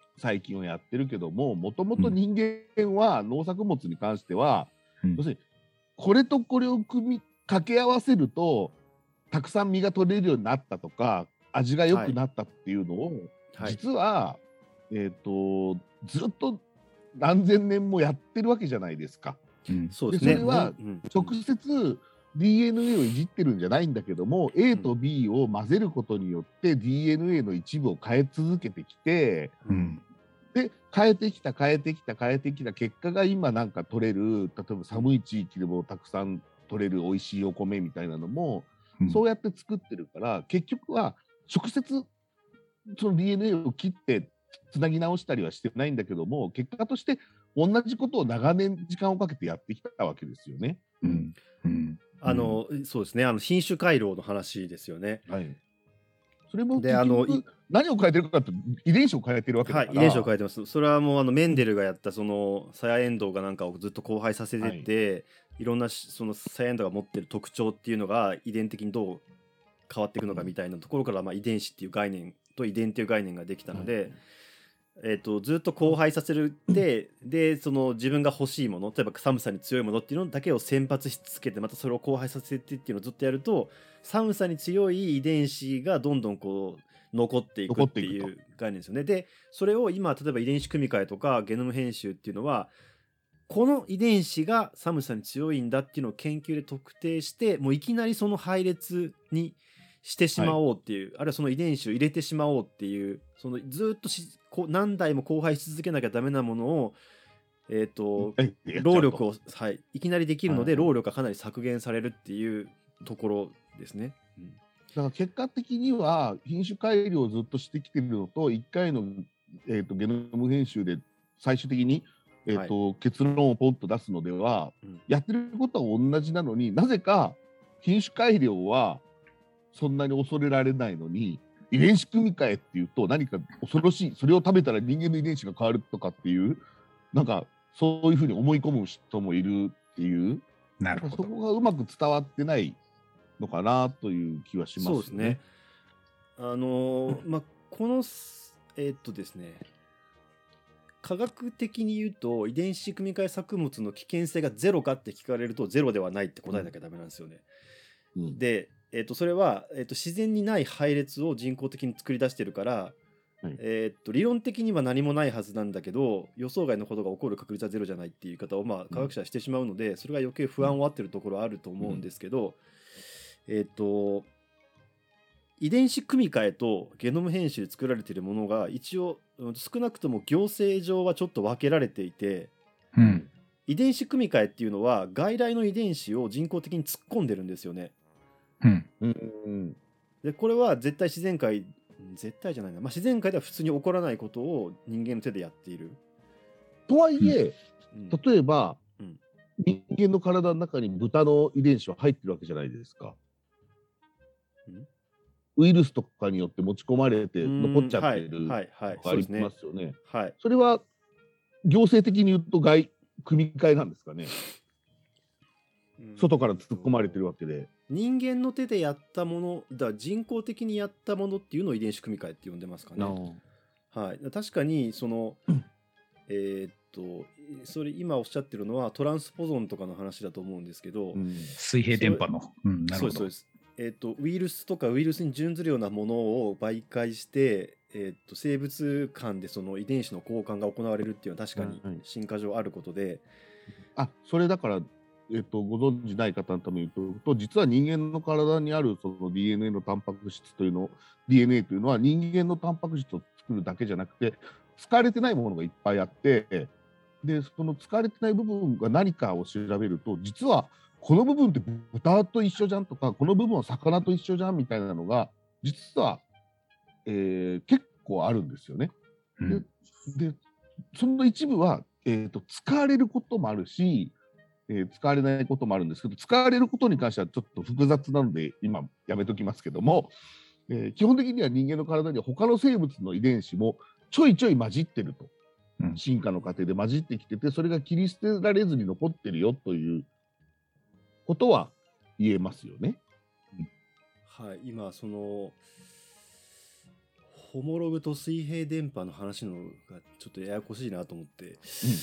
最近はやってるけども、もともと人間は農作物に関しては、要するにこれとこれを掛け合わせるとたくさん実が取れるようになったとか味が良くなったっていうのを、実は、ずっと何千年もやってるわけじゃないですか。 そうですね。 それは直接 DNA をいじってるんじゃないんだけども、A と B を混ぜることによって DNA の一部を変え続けてきて、で変えてきた結果が今なんか取れる、例えば寒い地域でもたくさん取れる美味しいお米みたいなのも、そうやって作ってるから、結局は直接その DNA を切ってつなぎ直したりはしてないんだけども、結果として同じことを長年時間をかけてやってきたわけですよね。 そうですね。品種改良の話ですよね。 それも結局何を変えてるかと遺伝子を変えてるわけだから。 遺伝子を変えてます。それはもうメンデルがやったそのサヤエンドウがなんかをずっと交配させてて、いろんなそのサヤエンドウが持ってる特徴っていうのが遺伝的にどう変わっていくのかみたいなところから、遺伝子っていう概念と遺伝っていう概念ができたので、ずっと交配させるでその自分が欲しいもの、例えば寒さに強いものっていうのだけを先発し続けて、またそれを交配させてっていうのをずっとやると、寒さに強い遺伝子がどんどんこう残っていくっていう概念ですよね。でそれを今例えば遺伝子組み換えとかゲノム編集っていうのは、この遺伝子が寒さに強いんだっていうのを研究で特定して、もういきなりその配列にしてしまおうっていう、あるいはその遺伝子を入れてしまおうっていう、そのずっと何代も交配し続けなきゃダメなものを、労力を、いきなりできるので、労力がかなり削減されるっていうところですね。 だから結果的には品種改良をずっとしてきてるのと、1回の、ゲノム編集で最終的に、結論をポンと出すのでは、やってることは同じなのに、なぜか品種改良はそんなに恐れられないのに、遺伝子組み換えっていうと何か恐ろしい、それを食べたら人間の遺伝子が変わるとかっていう、なんかそういうふうに思い込む人もいるっていう、そこがうまく伝わってないのかなという気はしますね。 そうですね。このですね、科学的に言うと遺伝子組み換え作物の危険性がゼロかって聞かれるとゼロではないって答えなきゃダメなんですよね。でそれは、自然にない配列を人工的に作り出してるから、理論的には何もないはずなんだけど、予想外のことが起こる確率はゼロじゃないっていう言い方を科学者はしてしまうので、それが余計不安をあってるところはあると思うんですけど、遺伝子組み換えとゲノム編集で作られているものが一応、少なくとも行政上はちょっと分けられていて、遺伝子組み換えっていうのは外来の遺伝子を人工的に突っ込んでるんですよね。でこれは絶対自然界、絶対じゃないな、自然界では普通に起こらないことを人間の手でやっている。 とはいえ、例えば、人間の体の中に豚の遺伝子は入ってるわけじゃないですか。ウイルスとかによって持ち込まれて残っちゃってるとかありますよね。それは行政的に言うと組み換えなんですかね。外から突っ込まれてるわけで、 人間の手でやったものだ、人工的にやったものっていうのを遺伝子組み換えって呼んでますかね。確かにそのそれ今おっしゃってるのはトランスポゾンとかの話だと思うんですけど、 水平電波の、 そうです。ウイルスとかウイルスに準ずるようなものを媒介して、生物間でその遺伝子の交換が行われるっていうのは確かに進化上あることで、 それだからご存じない方のために言うと、実は人間の体にあるその DNA のタンパク質というの DNA というのは人間のタンパク質を作るだけじゃなくて、使われてないものがいっぱいあって、でその使われてない部分が何かを調べると、実はこの部分って豚と一緒じゃんとか、この部分は魚と一緒じゃんみたいなのが実は、結構あるんですよね。でその一部は、使われることもあるし、使われないこともあるんですけど、使われることに関してはちょっと複雑なので今やめときますけども、基本的には人間の体には他の生物の遺伝子もちょいちょい混じってると、進化の過程で混じってきてて、それが切り捨てられずに残ってるよということは言えますよね。 今そのホモログと水平電波の話のがちょっとややこしいなと思って、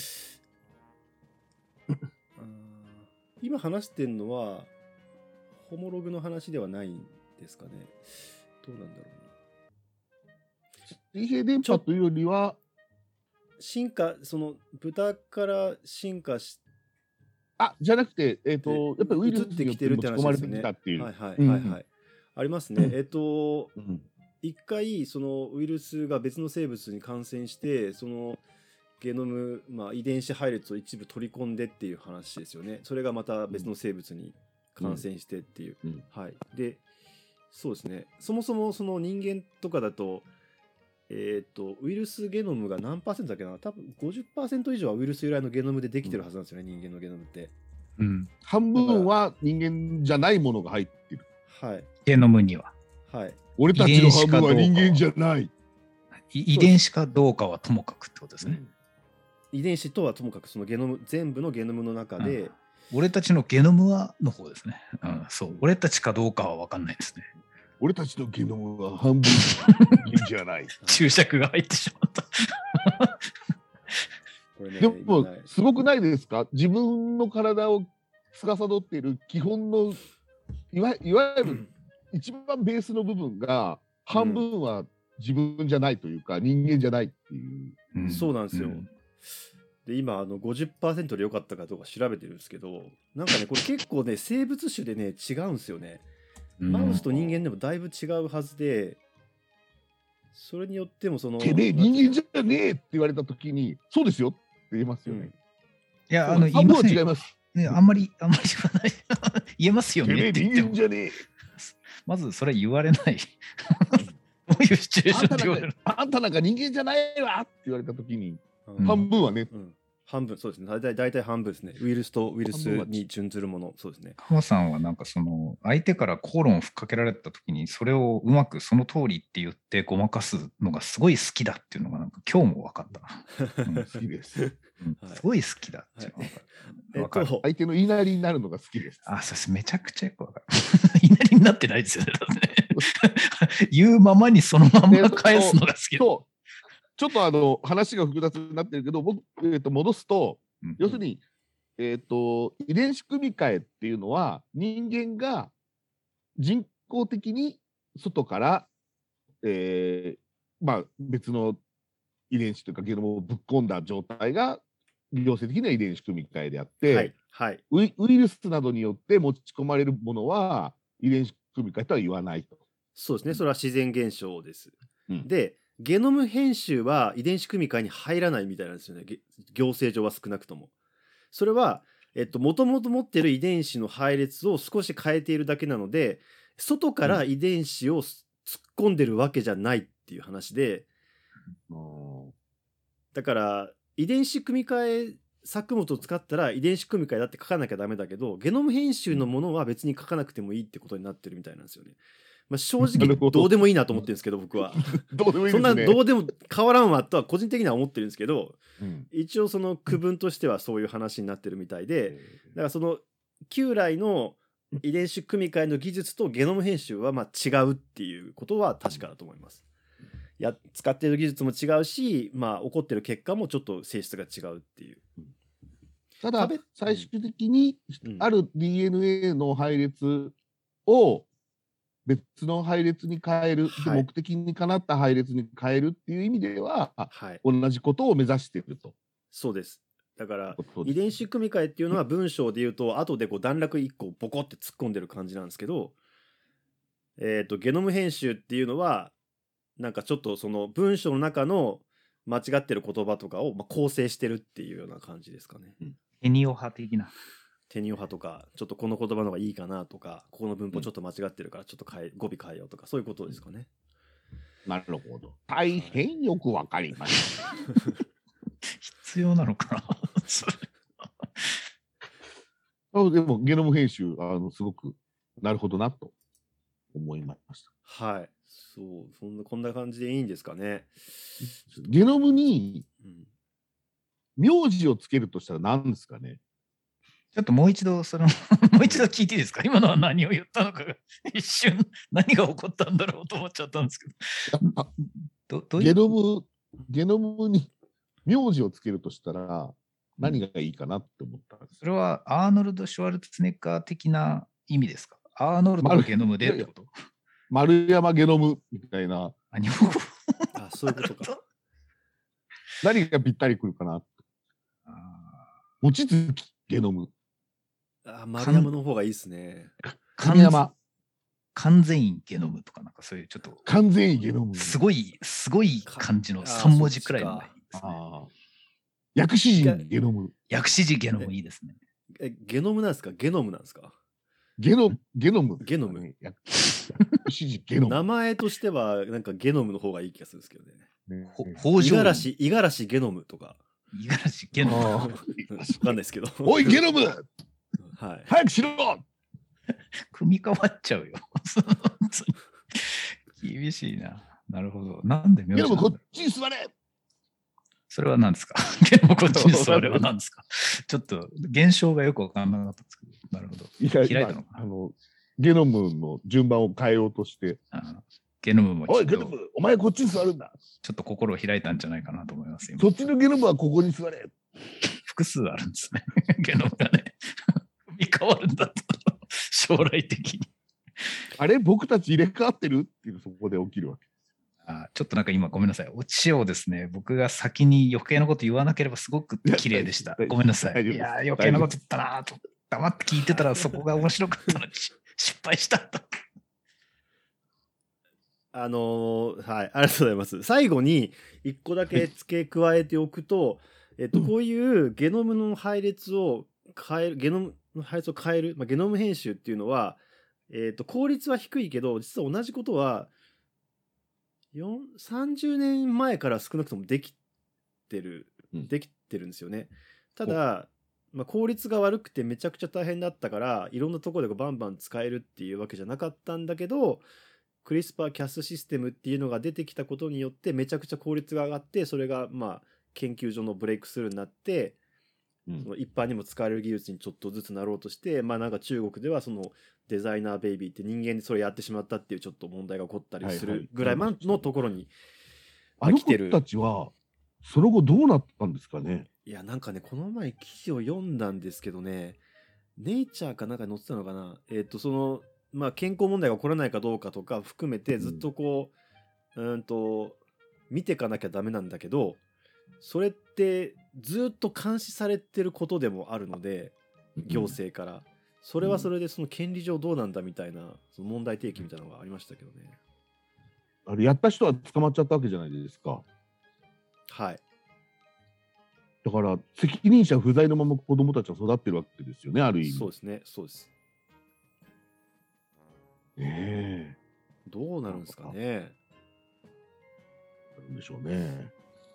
今話してるのはホモログの話ではないんですかね。どうなんだろうな。 水平電波というよりは進化、その豚から進化しじゃなくて、やっぱりウイルス移ってきてるって話ですよね。はいはいはいはい。ありますね。一回そのウイルスが別の生物に感染してそのゲノム、遺伝子配列を一部取り込んでっていう話ですよね。それがまた別の生物に感染してっていう。はい。で、そうですね。そもそもその人間とかだと、ウイルスゲノムが何%だっけな、多分 50% 以上はウイルス由来のゲノムでできてるはずなんですよね、人間のゲノムって。 半分は人間じゃないものが入ってる。 はい。 ゲノムには。 はい。 俺たちの半分は人間じゃない。 遺伝子かどうかはともかくってことですね。 遺伝子とはともかくそのゲノム、全部のゲノムの中で、 俺たちのゲノムはの方ですね。そう。俺たちかどうかは分かんないですね。 俺たちのゲノムは半分人間じゃない。 注釈が入ってしまった。 これね、でもすごくないですか？自分の体を司っている基本のいわゆる一番ベースの部分が半分は自分じゃないというか、人間じゃないっていう。 そうなんですよ。で今50% でよかったかどうか調べてるんですけど、なんかねこれ結構ね生物種でね違うんですよね。マウスと人間でもだいぶ違うはずで、それによってもそのてめえ人間じゃねえって言われた時にそうですよって言えますよね。 いや半分は違います。 あんまり言わない言えますよねって言っても。人間じゃねえ。 まずそれ言われない。どういうシチュエーションで言われる？ あんたなんか人間じゃないわって言われた時に、半分はね。 半分、そうですね。大体半分ですね。ウイルスとウイルスに準ずるもの、そうですね。 浜さんはなんかその相手から口論をふっかけられた時にそれをうまくその通りって言ってごまかすのがすごい好きだっていうのがなんか今日も分かった。 好きです。 すごい好きだっていうのが分かる。 相手の言いなりになるのが好きです。 そうです。めちゃくちゃよく分かる。言いなりになってないですよね。言うままにそのまま返すのが好きだ。 ちょっと話が複雑になってるけど、僕、戻すと、要するに、遺伝子組み換えっていうのは、人間が人工的に外から、別の遺伝子というかゲノムをぶっ込んだ状態が、行政的には遺伝子組み換えであって、ウイルスなどによって持ち込まれるものは、遺伝子組み換えとは言わないと。 そうですね、それは自然現象です。で、ゲノム編集は遺伝子組み換えに入らないみたいなんですよね。行政上は少なくとも。それは、もともと持ってる遺伝子の配列を少し変えているだけなので、外から遺伝子を突っ込んでるわけじゃないっていう話で、だから遺伝子組み換え作物を使ったら遺伝子組み換えだって書かなきゃダメだけど、ゲノム編集のものは別に書かなくてもいいってことになってるみたいなんですよね。正直どうでもいいなと思ってるんですけど、僕はどうでもいいですね。 そんなどうでも変わらんわとは個人的には思ってるんですけど、一応その区分としてはそういう話になってるみたいで、だからその旧来の遺伝子組み換えの技術とゲノム編集は違うっていうことは確かだと思います。使っている技術も違うし、起こってる結果もちょっと性質が違うっていう。 ただ最終的にある DNA の配列を別の配列に変える、目的にかなった配列に変えるっていう意味では、同じことを目指していると。 そうです。だから遺伝子組み換えっていうのは文章で言うと後で段落1個ボコって突っ込んでる感じなんですけど、ゲノム編集っていうのはなんかちょっとその文章の中の間違ってる言葉とかを構成してるっていうような感じですかね。 テニオ派的な。 テニオ派とか、ちょっとこの言葉の方がいいかなとか、ここの文法ちょっと間違ってるからちょっと語尾変えようとか、そういうことですかね。 なるほど。大変よくわかりました。 必要なのかな。でもゲノム編集すごくなるほどなと思いました。 はい。こんな感じでいいんですかね。 ゲノムに名字をつけるとしたら何ですかね。 ちょっともう一度もう一度聞いていいですか？今のは何を言ったのかが一瞬何が起こったんだろうと思っちゃったんですけど。 ゲノムに名字をつけるとしたら何がいいかなって思ったんです。 それはアーノルド・シュワルツェネッガー的な意味ですか？アーノルドがゲノムでってこと？ 丸山ゲノムみたいな。 日本語あ、そういうことか。 何がぴったりくるかな。望月ゲノム。 丸山の方がいいですね。 神山。 完全員ゲノムとかなんかそういうちょっと。 完全員ゲノム。 すごい感じの3文字くらいのがいいですね。 薬師寺ゲノム。 薬師寺ゲノムいいですね。 ゲノムなんですか？ゲノムなんですか？ ゲノム。 薬師寺ゲノム。 名前としてはなんかゲノムの方がいい気がするんですけどね。 五十嵐ゲノムとか。 五十嵐ゲノム。 わかんないですけど。 おいゲノム。 はい。 早くしろ。 組み替わっちゃうよ。厳しいな。なるほど。なんでゲノムこっちに座れ。 それは何ですか？ゲノムこっちに座れは何ですか？ちょっと現象がよくわからなかったんですけど。なるほど。開いたのかな。 ゲノムの順番を変えようとして。 ゲノムもおいゲノム、お前こっちに座るんだ。 ちょっと心を開いたんじゃないかなと思います。 そっちのゲノムはここに座れ。 複数あるんですね。ゲノムがね。見変わるんだと。将来的に。 あれ僕たち入れ替わってるっていうそこで起きるわけ。 ちょっとなんか今ごめんなさい。オチをですね、僕が先に余計なこと言わなければすごく綺麗でした。ごめんなさい。いや、余計なこと言ったなと。黙って聞いてたらそこが面白かったのに失敗したと。 はい、ありがとうございます。最後に1個だけ付け加えておくと、こういうゲノムの配列を変える、ゲノム編集っていうのは、効率は低いけど、実は同じことは30年前から少なくともできてるんですよね。ただ、効率が悪くてめちゃくちゃ大変だったからいろんなところでバンバン使えるっていうわけじゃなかったんだけど、クリスパーキャスシステムっていうのが出てきたことによってめちゃくちゃ効率が上がって、それが研究所のブレイクスルーになって、その一般にも使われる技術にちょっとずつなろうとして、なんか中国ではそのデザイナーベイビーって人間にそれやってしまったっていうちょっと問題が起こったりするぐらいのところに来てる。 あの子たちはその後どうなったんですかね。 いやなんかね、この前記事を読んだんですけどね、ネイチャーかなんかに載ってたのかな。その健康問題が起こらないかどうかとか含めてずっとこう、見ていかなきゃダメなんだけど、それってずっと監視されてることでもあるので、行政からそれはそれでその権利上どうなんだみたいな、その問題提起みたいなのがありましたけどね。 あれやった人は捕まっちゃったわけじゃないですか。 はい。 だから責任者不在のまま子供たちは育ってるわけですよね、ある意味。 そうですね、そうです。どうなるんですかね。 なんでしょうね。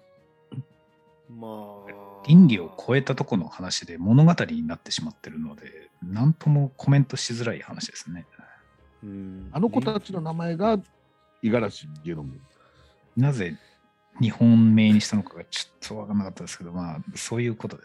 倫理を超えたところの話で物語になってしまってるので、何ともコメントしづらい話ですね。 あの子たちの名前が五十嵐ゲノム。 なぜ日本名にしたのかがちょっと分からなかったですけど、そういうことです。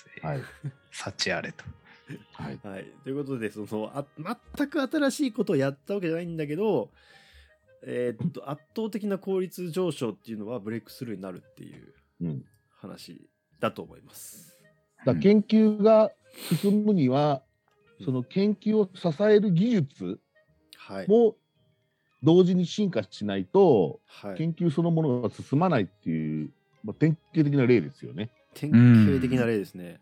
はい。 幸あれと。 はい、はい。ということで、全く新しいことをやったわけじゃないんだけど、圧倒的な効率上昇っていうのはブレイクスルーになるっていう話だと思います。 だから研究が進むには、その研究を支える技術も同時に進化しないと、研究そのものが進まないっていう、典型的な例ですよね。 典型的な例ですね。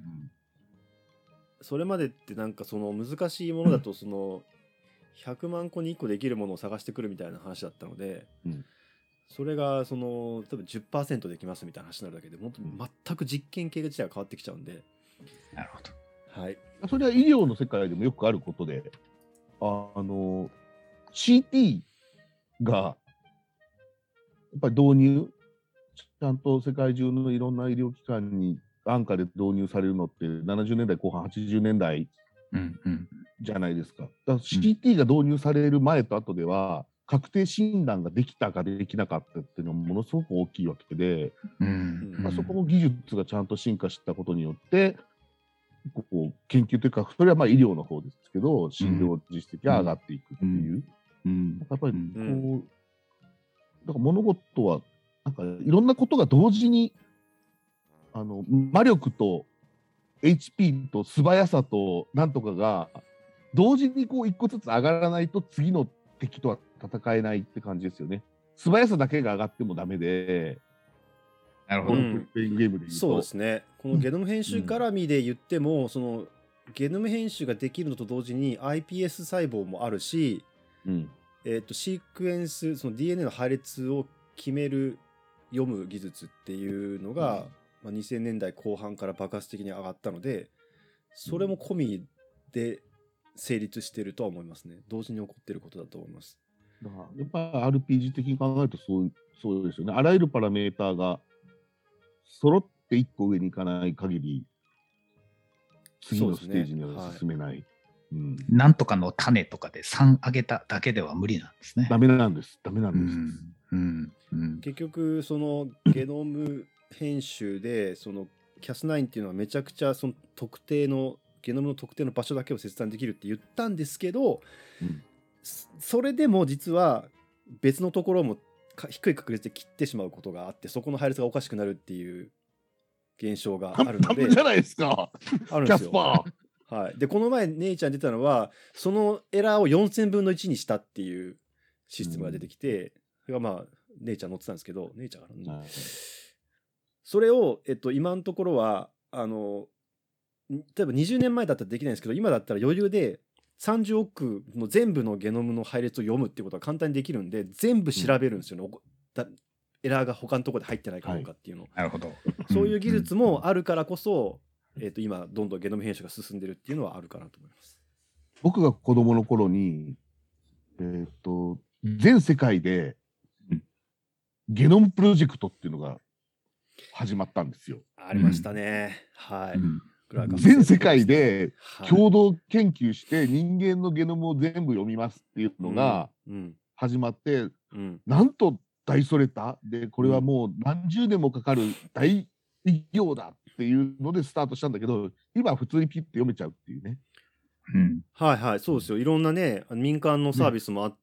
それまでってなんかその難しいものだとその100万個に1個できるものを探してくるみたいな話だったので、それがその多分 10% できますみたいな話になるだけで、本当に全く実験系自体が変わってきちゃうんで。 なるほど。はい。 それは医療の世界でもよくあることで、CT がやっぱり導入、ちゃんと世界中のいろんな医療機関に安価で導入されるのって70年代後半80年代じゃないですか。だから CT が導入される前と後では確定診断ができたかできなかったっていうのはものすごく大きいわけで、そこの技術がちゃんと進化したことによってこう研究というか、それはまあ医療の方ですけど、診療実績が上がっていくっていう。やっぱりこう、だから物事は、なんかいろんなことが同時に、魔力と HP と素早さとなんとかが、同時にこう一個ずつ上がらないと次の敵とは戦えないって感じですよね。素早さだけが上がってもダメで、 なるほど。 ゲームで言うとそうですね。このゲノム編集絡みで言っても、そのゲノム編集ができるのと同時に iPS 細胞もあるし、シークエンス、その DNA の配列を決める読む技術っていうのが、2000年代後半から爆発的に上がったので、それも込みで成立してるとは思いますね。同時に起こってることだと思います。 だからやっぱり RPG 的に考えるとそうですよね。あらゆるパラメーターが揃って一個上に行かない限り、次のステージには進めない。 なんとかの種とかで3上げただけでは無理なんですね。 ダメなんです。 結局、そのゲノム編集で、その Cas9 っていうのはめちゃくちゃその特定のゲノムの特定の場所だけを切断できるって言ったんですけど、それでも実は別のところも低い確率で切ってしまうことがあって、そこの配列がおかしくなるっていう現象があるので。 じゃないですか。 あるんですよ。はい。で、この前姉ちゃん出たのは、そのエラーを4000分の1にしたっていうシステムが出てきて、それがまあ姉ちゃん乗ってたんですけど、姉ちゃんからね。それを今のところは例えば20年前だったらできないんですけど、今だったら余裕で30億の全部のゲノムの配列を読むっていうことが簡単にできるんで、全部調べるんですよね。エラーが他のところで入ってないかどうかっていうの。 なるほど。 そういう技術もあるからこそ、今どんどんゲノム編集が進んでるっていうのはあるかなと思います。 僕が子供の頃に、全世界でゲノムプロジェクトっていうのが始まったんですよ。 ありましたね。はい。 全世界で共同研究して人間のゲノムを全部読みますっていうのが始まって、なんと大それたで、これはもう何十年もかかる大偉業だっていうのでスタートしたんだけど、今は普通にピッて読めちゃうっていうね。 はいはい、そうですよ。いろんなね、民間のサービスもあって、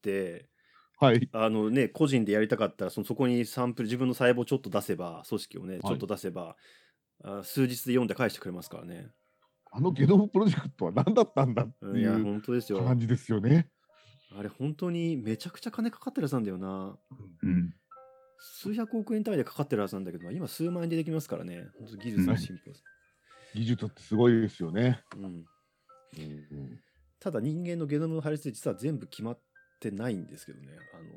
個人でやりたかったらそこにサンプル、自分の細胞ちょっと出せば、組織をねちょっと出せば、数日で読んで返してくれますからね。 ゲノムプロジェクトは何だったんだっていう感じですよね。 あれ本当にめちゃくちゃ金かかってるはずなんだよな。数百億円単位でかかってるはずなんだけど、今数万円でできますからね。本当技術の進歩です。 技術ってすごいですよね。 ただ人間のゲノムの配列で実は全部決まってないんですけどね。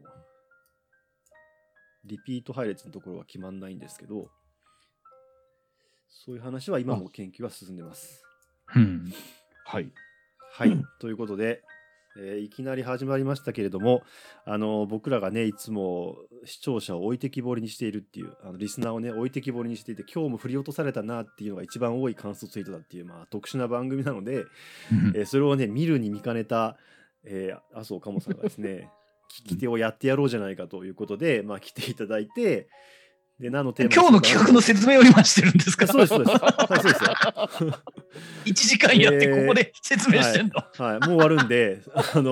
リピート配列のところは決まんないんですけど、そういう話は今も研究は進んでます。 はい。 はい。ということで、いきなり始まりましたけれども、僕らがね、いつも視聴者を置いてきぼりにしているっていう、リスナーをね、置いてきぼりにしていて、今日も振り落とされたなっていうのが一番多い感想ツイートだっていう、特殊な番組なので、それをね、見るに見かねた、麻生かもさんがですね、聞き手をやってやろうじゃないかということで、来ていただいて、で何のテーマ今日の企画の説明を今してるんですか？ そうです、そうです。そうですよ。 1時間やってここで説明してんの、 はい、もう終わるんで、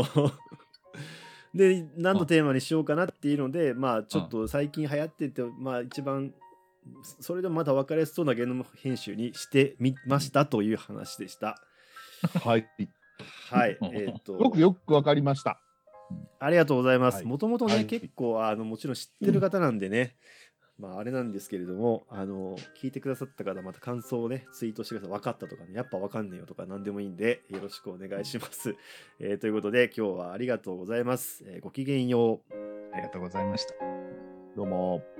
で、何のテーマにしようかなっていうので、ちょっと最近流行ってて、一番、それでもまだ分かりやすそうなゲノム編集にしてみましたという話でした。 はい。 はい。 よく分かりました。 ありがとうございます。もともとね、結構、もちろん知ってる方なんでね、あれなんですけれども、聞いてくださった方、また感想をね、ツイートしてください。分かったとかね、やっぱ分かんねえよとか何でもいいんで、よろしくお願いします。ということで、今日はありがとうございます。ごきげんよう。 ありがとうございました。 どうも。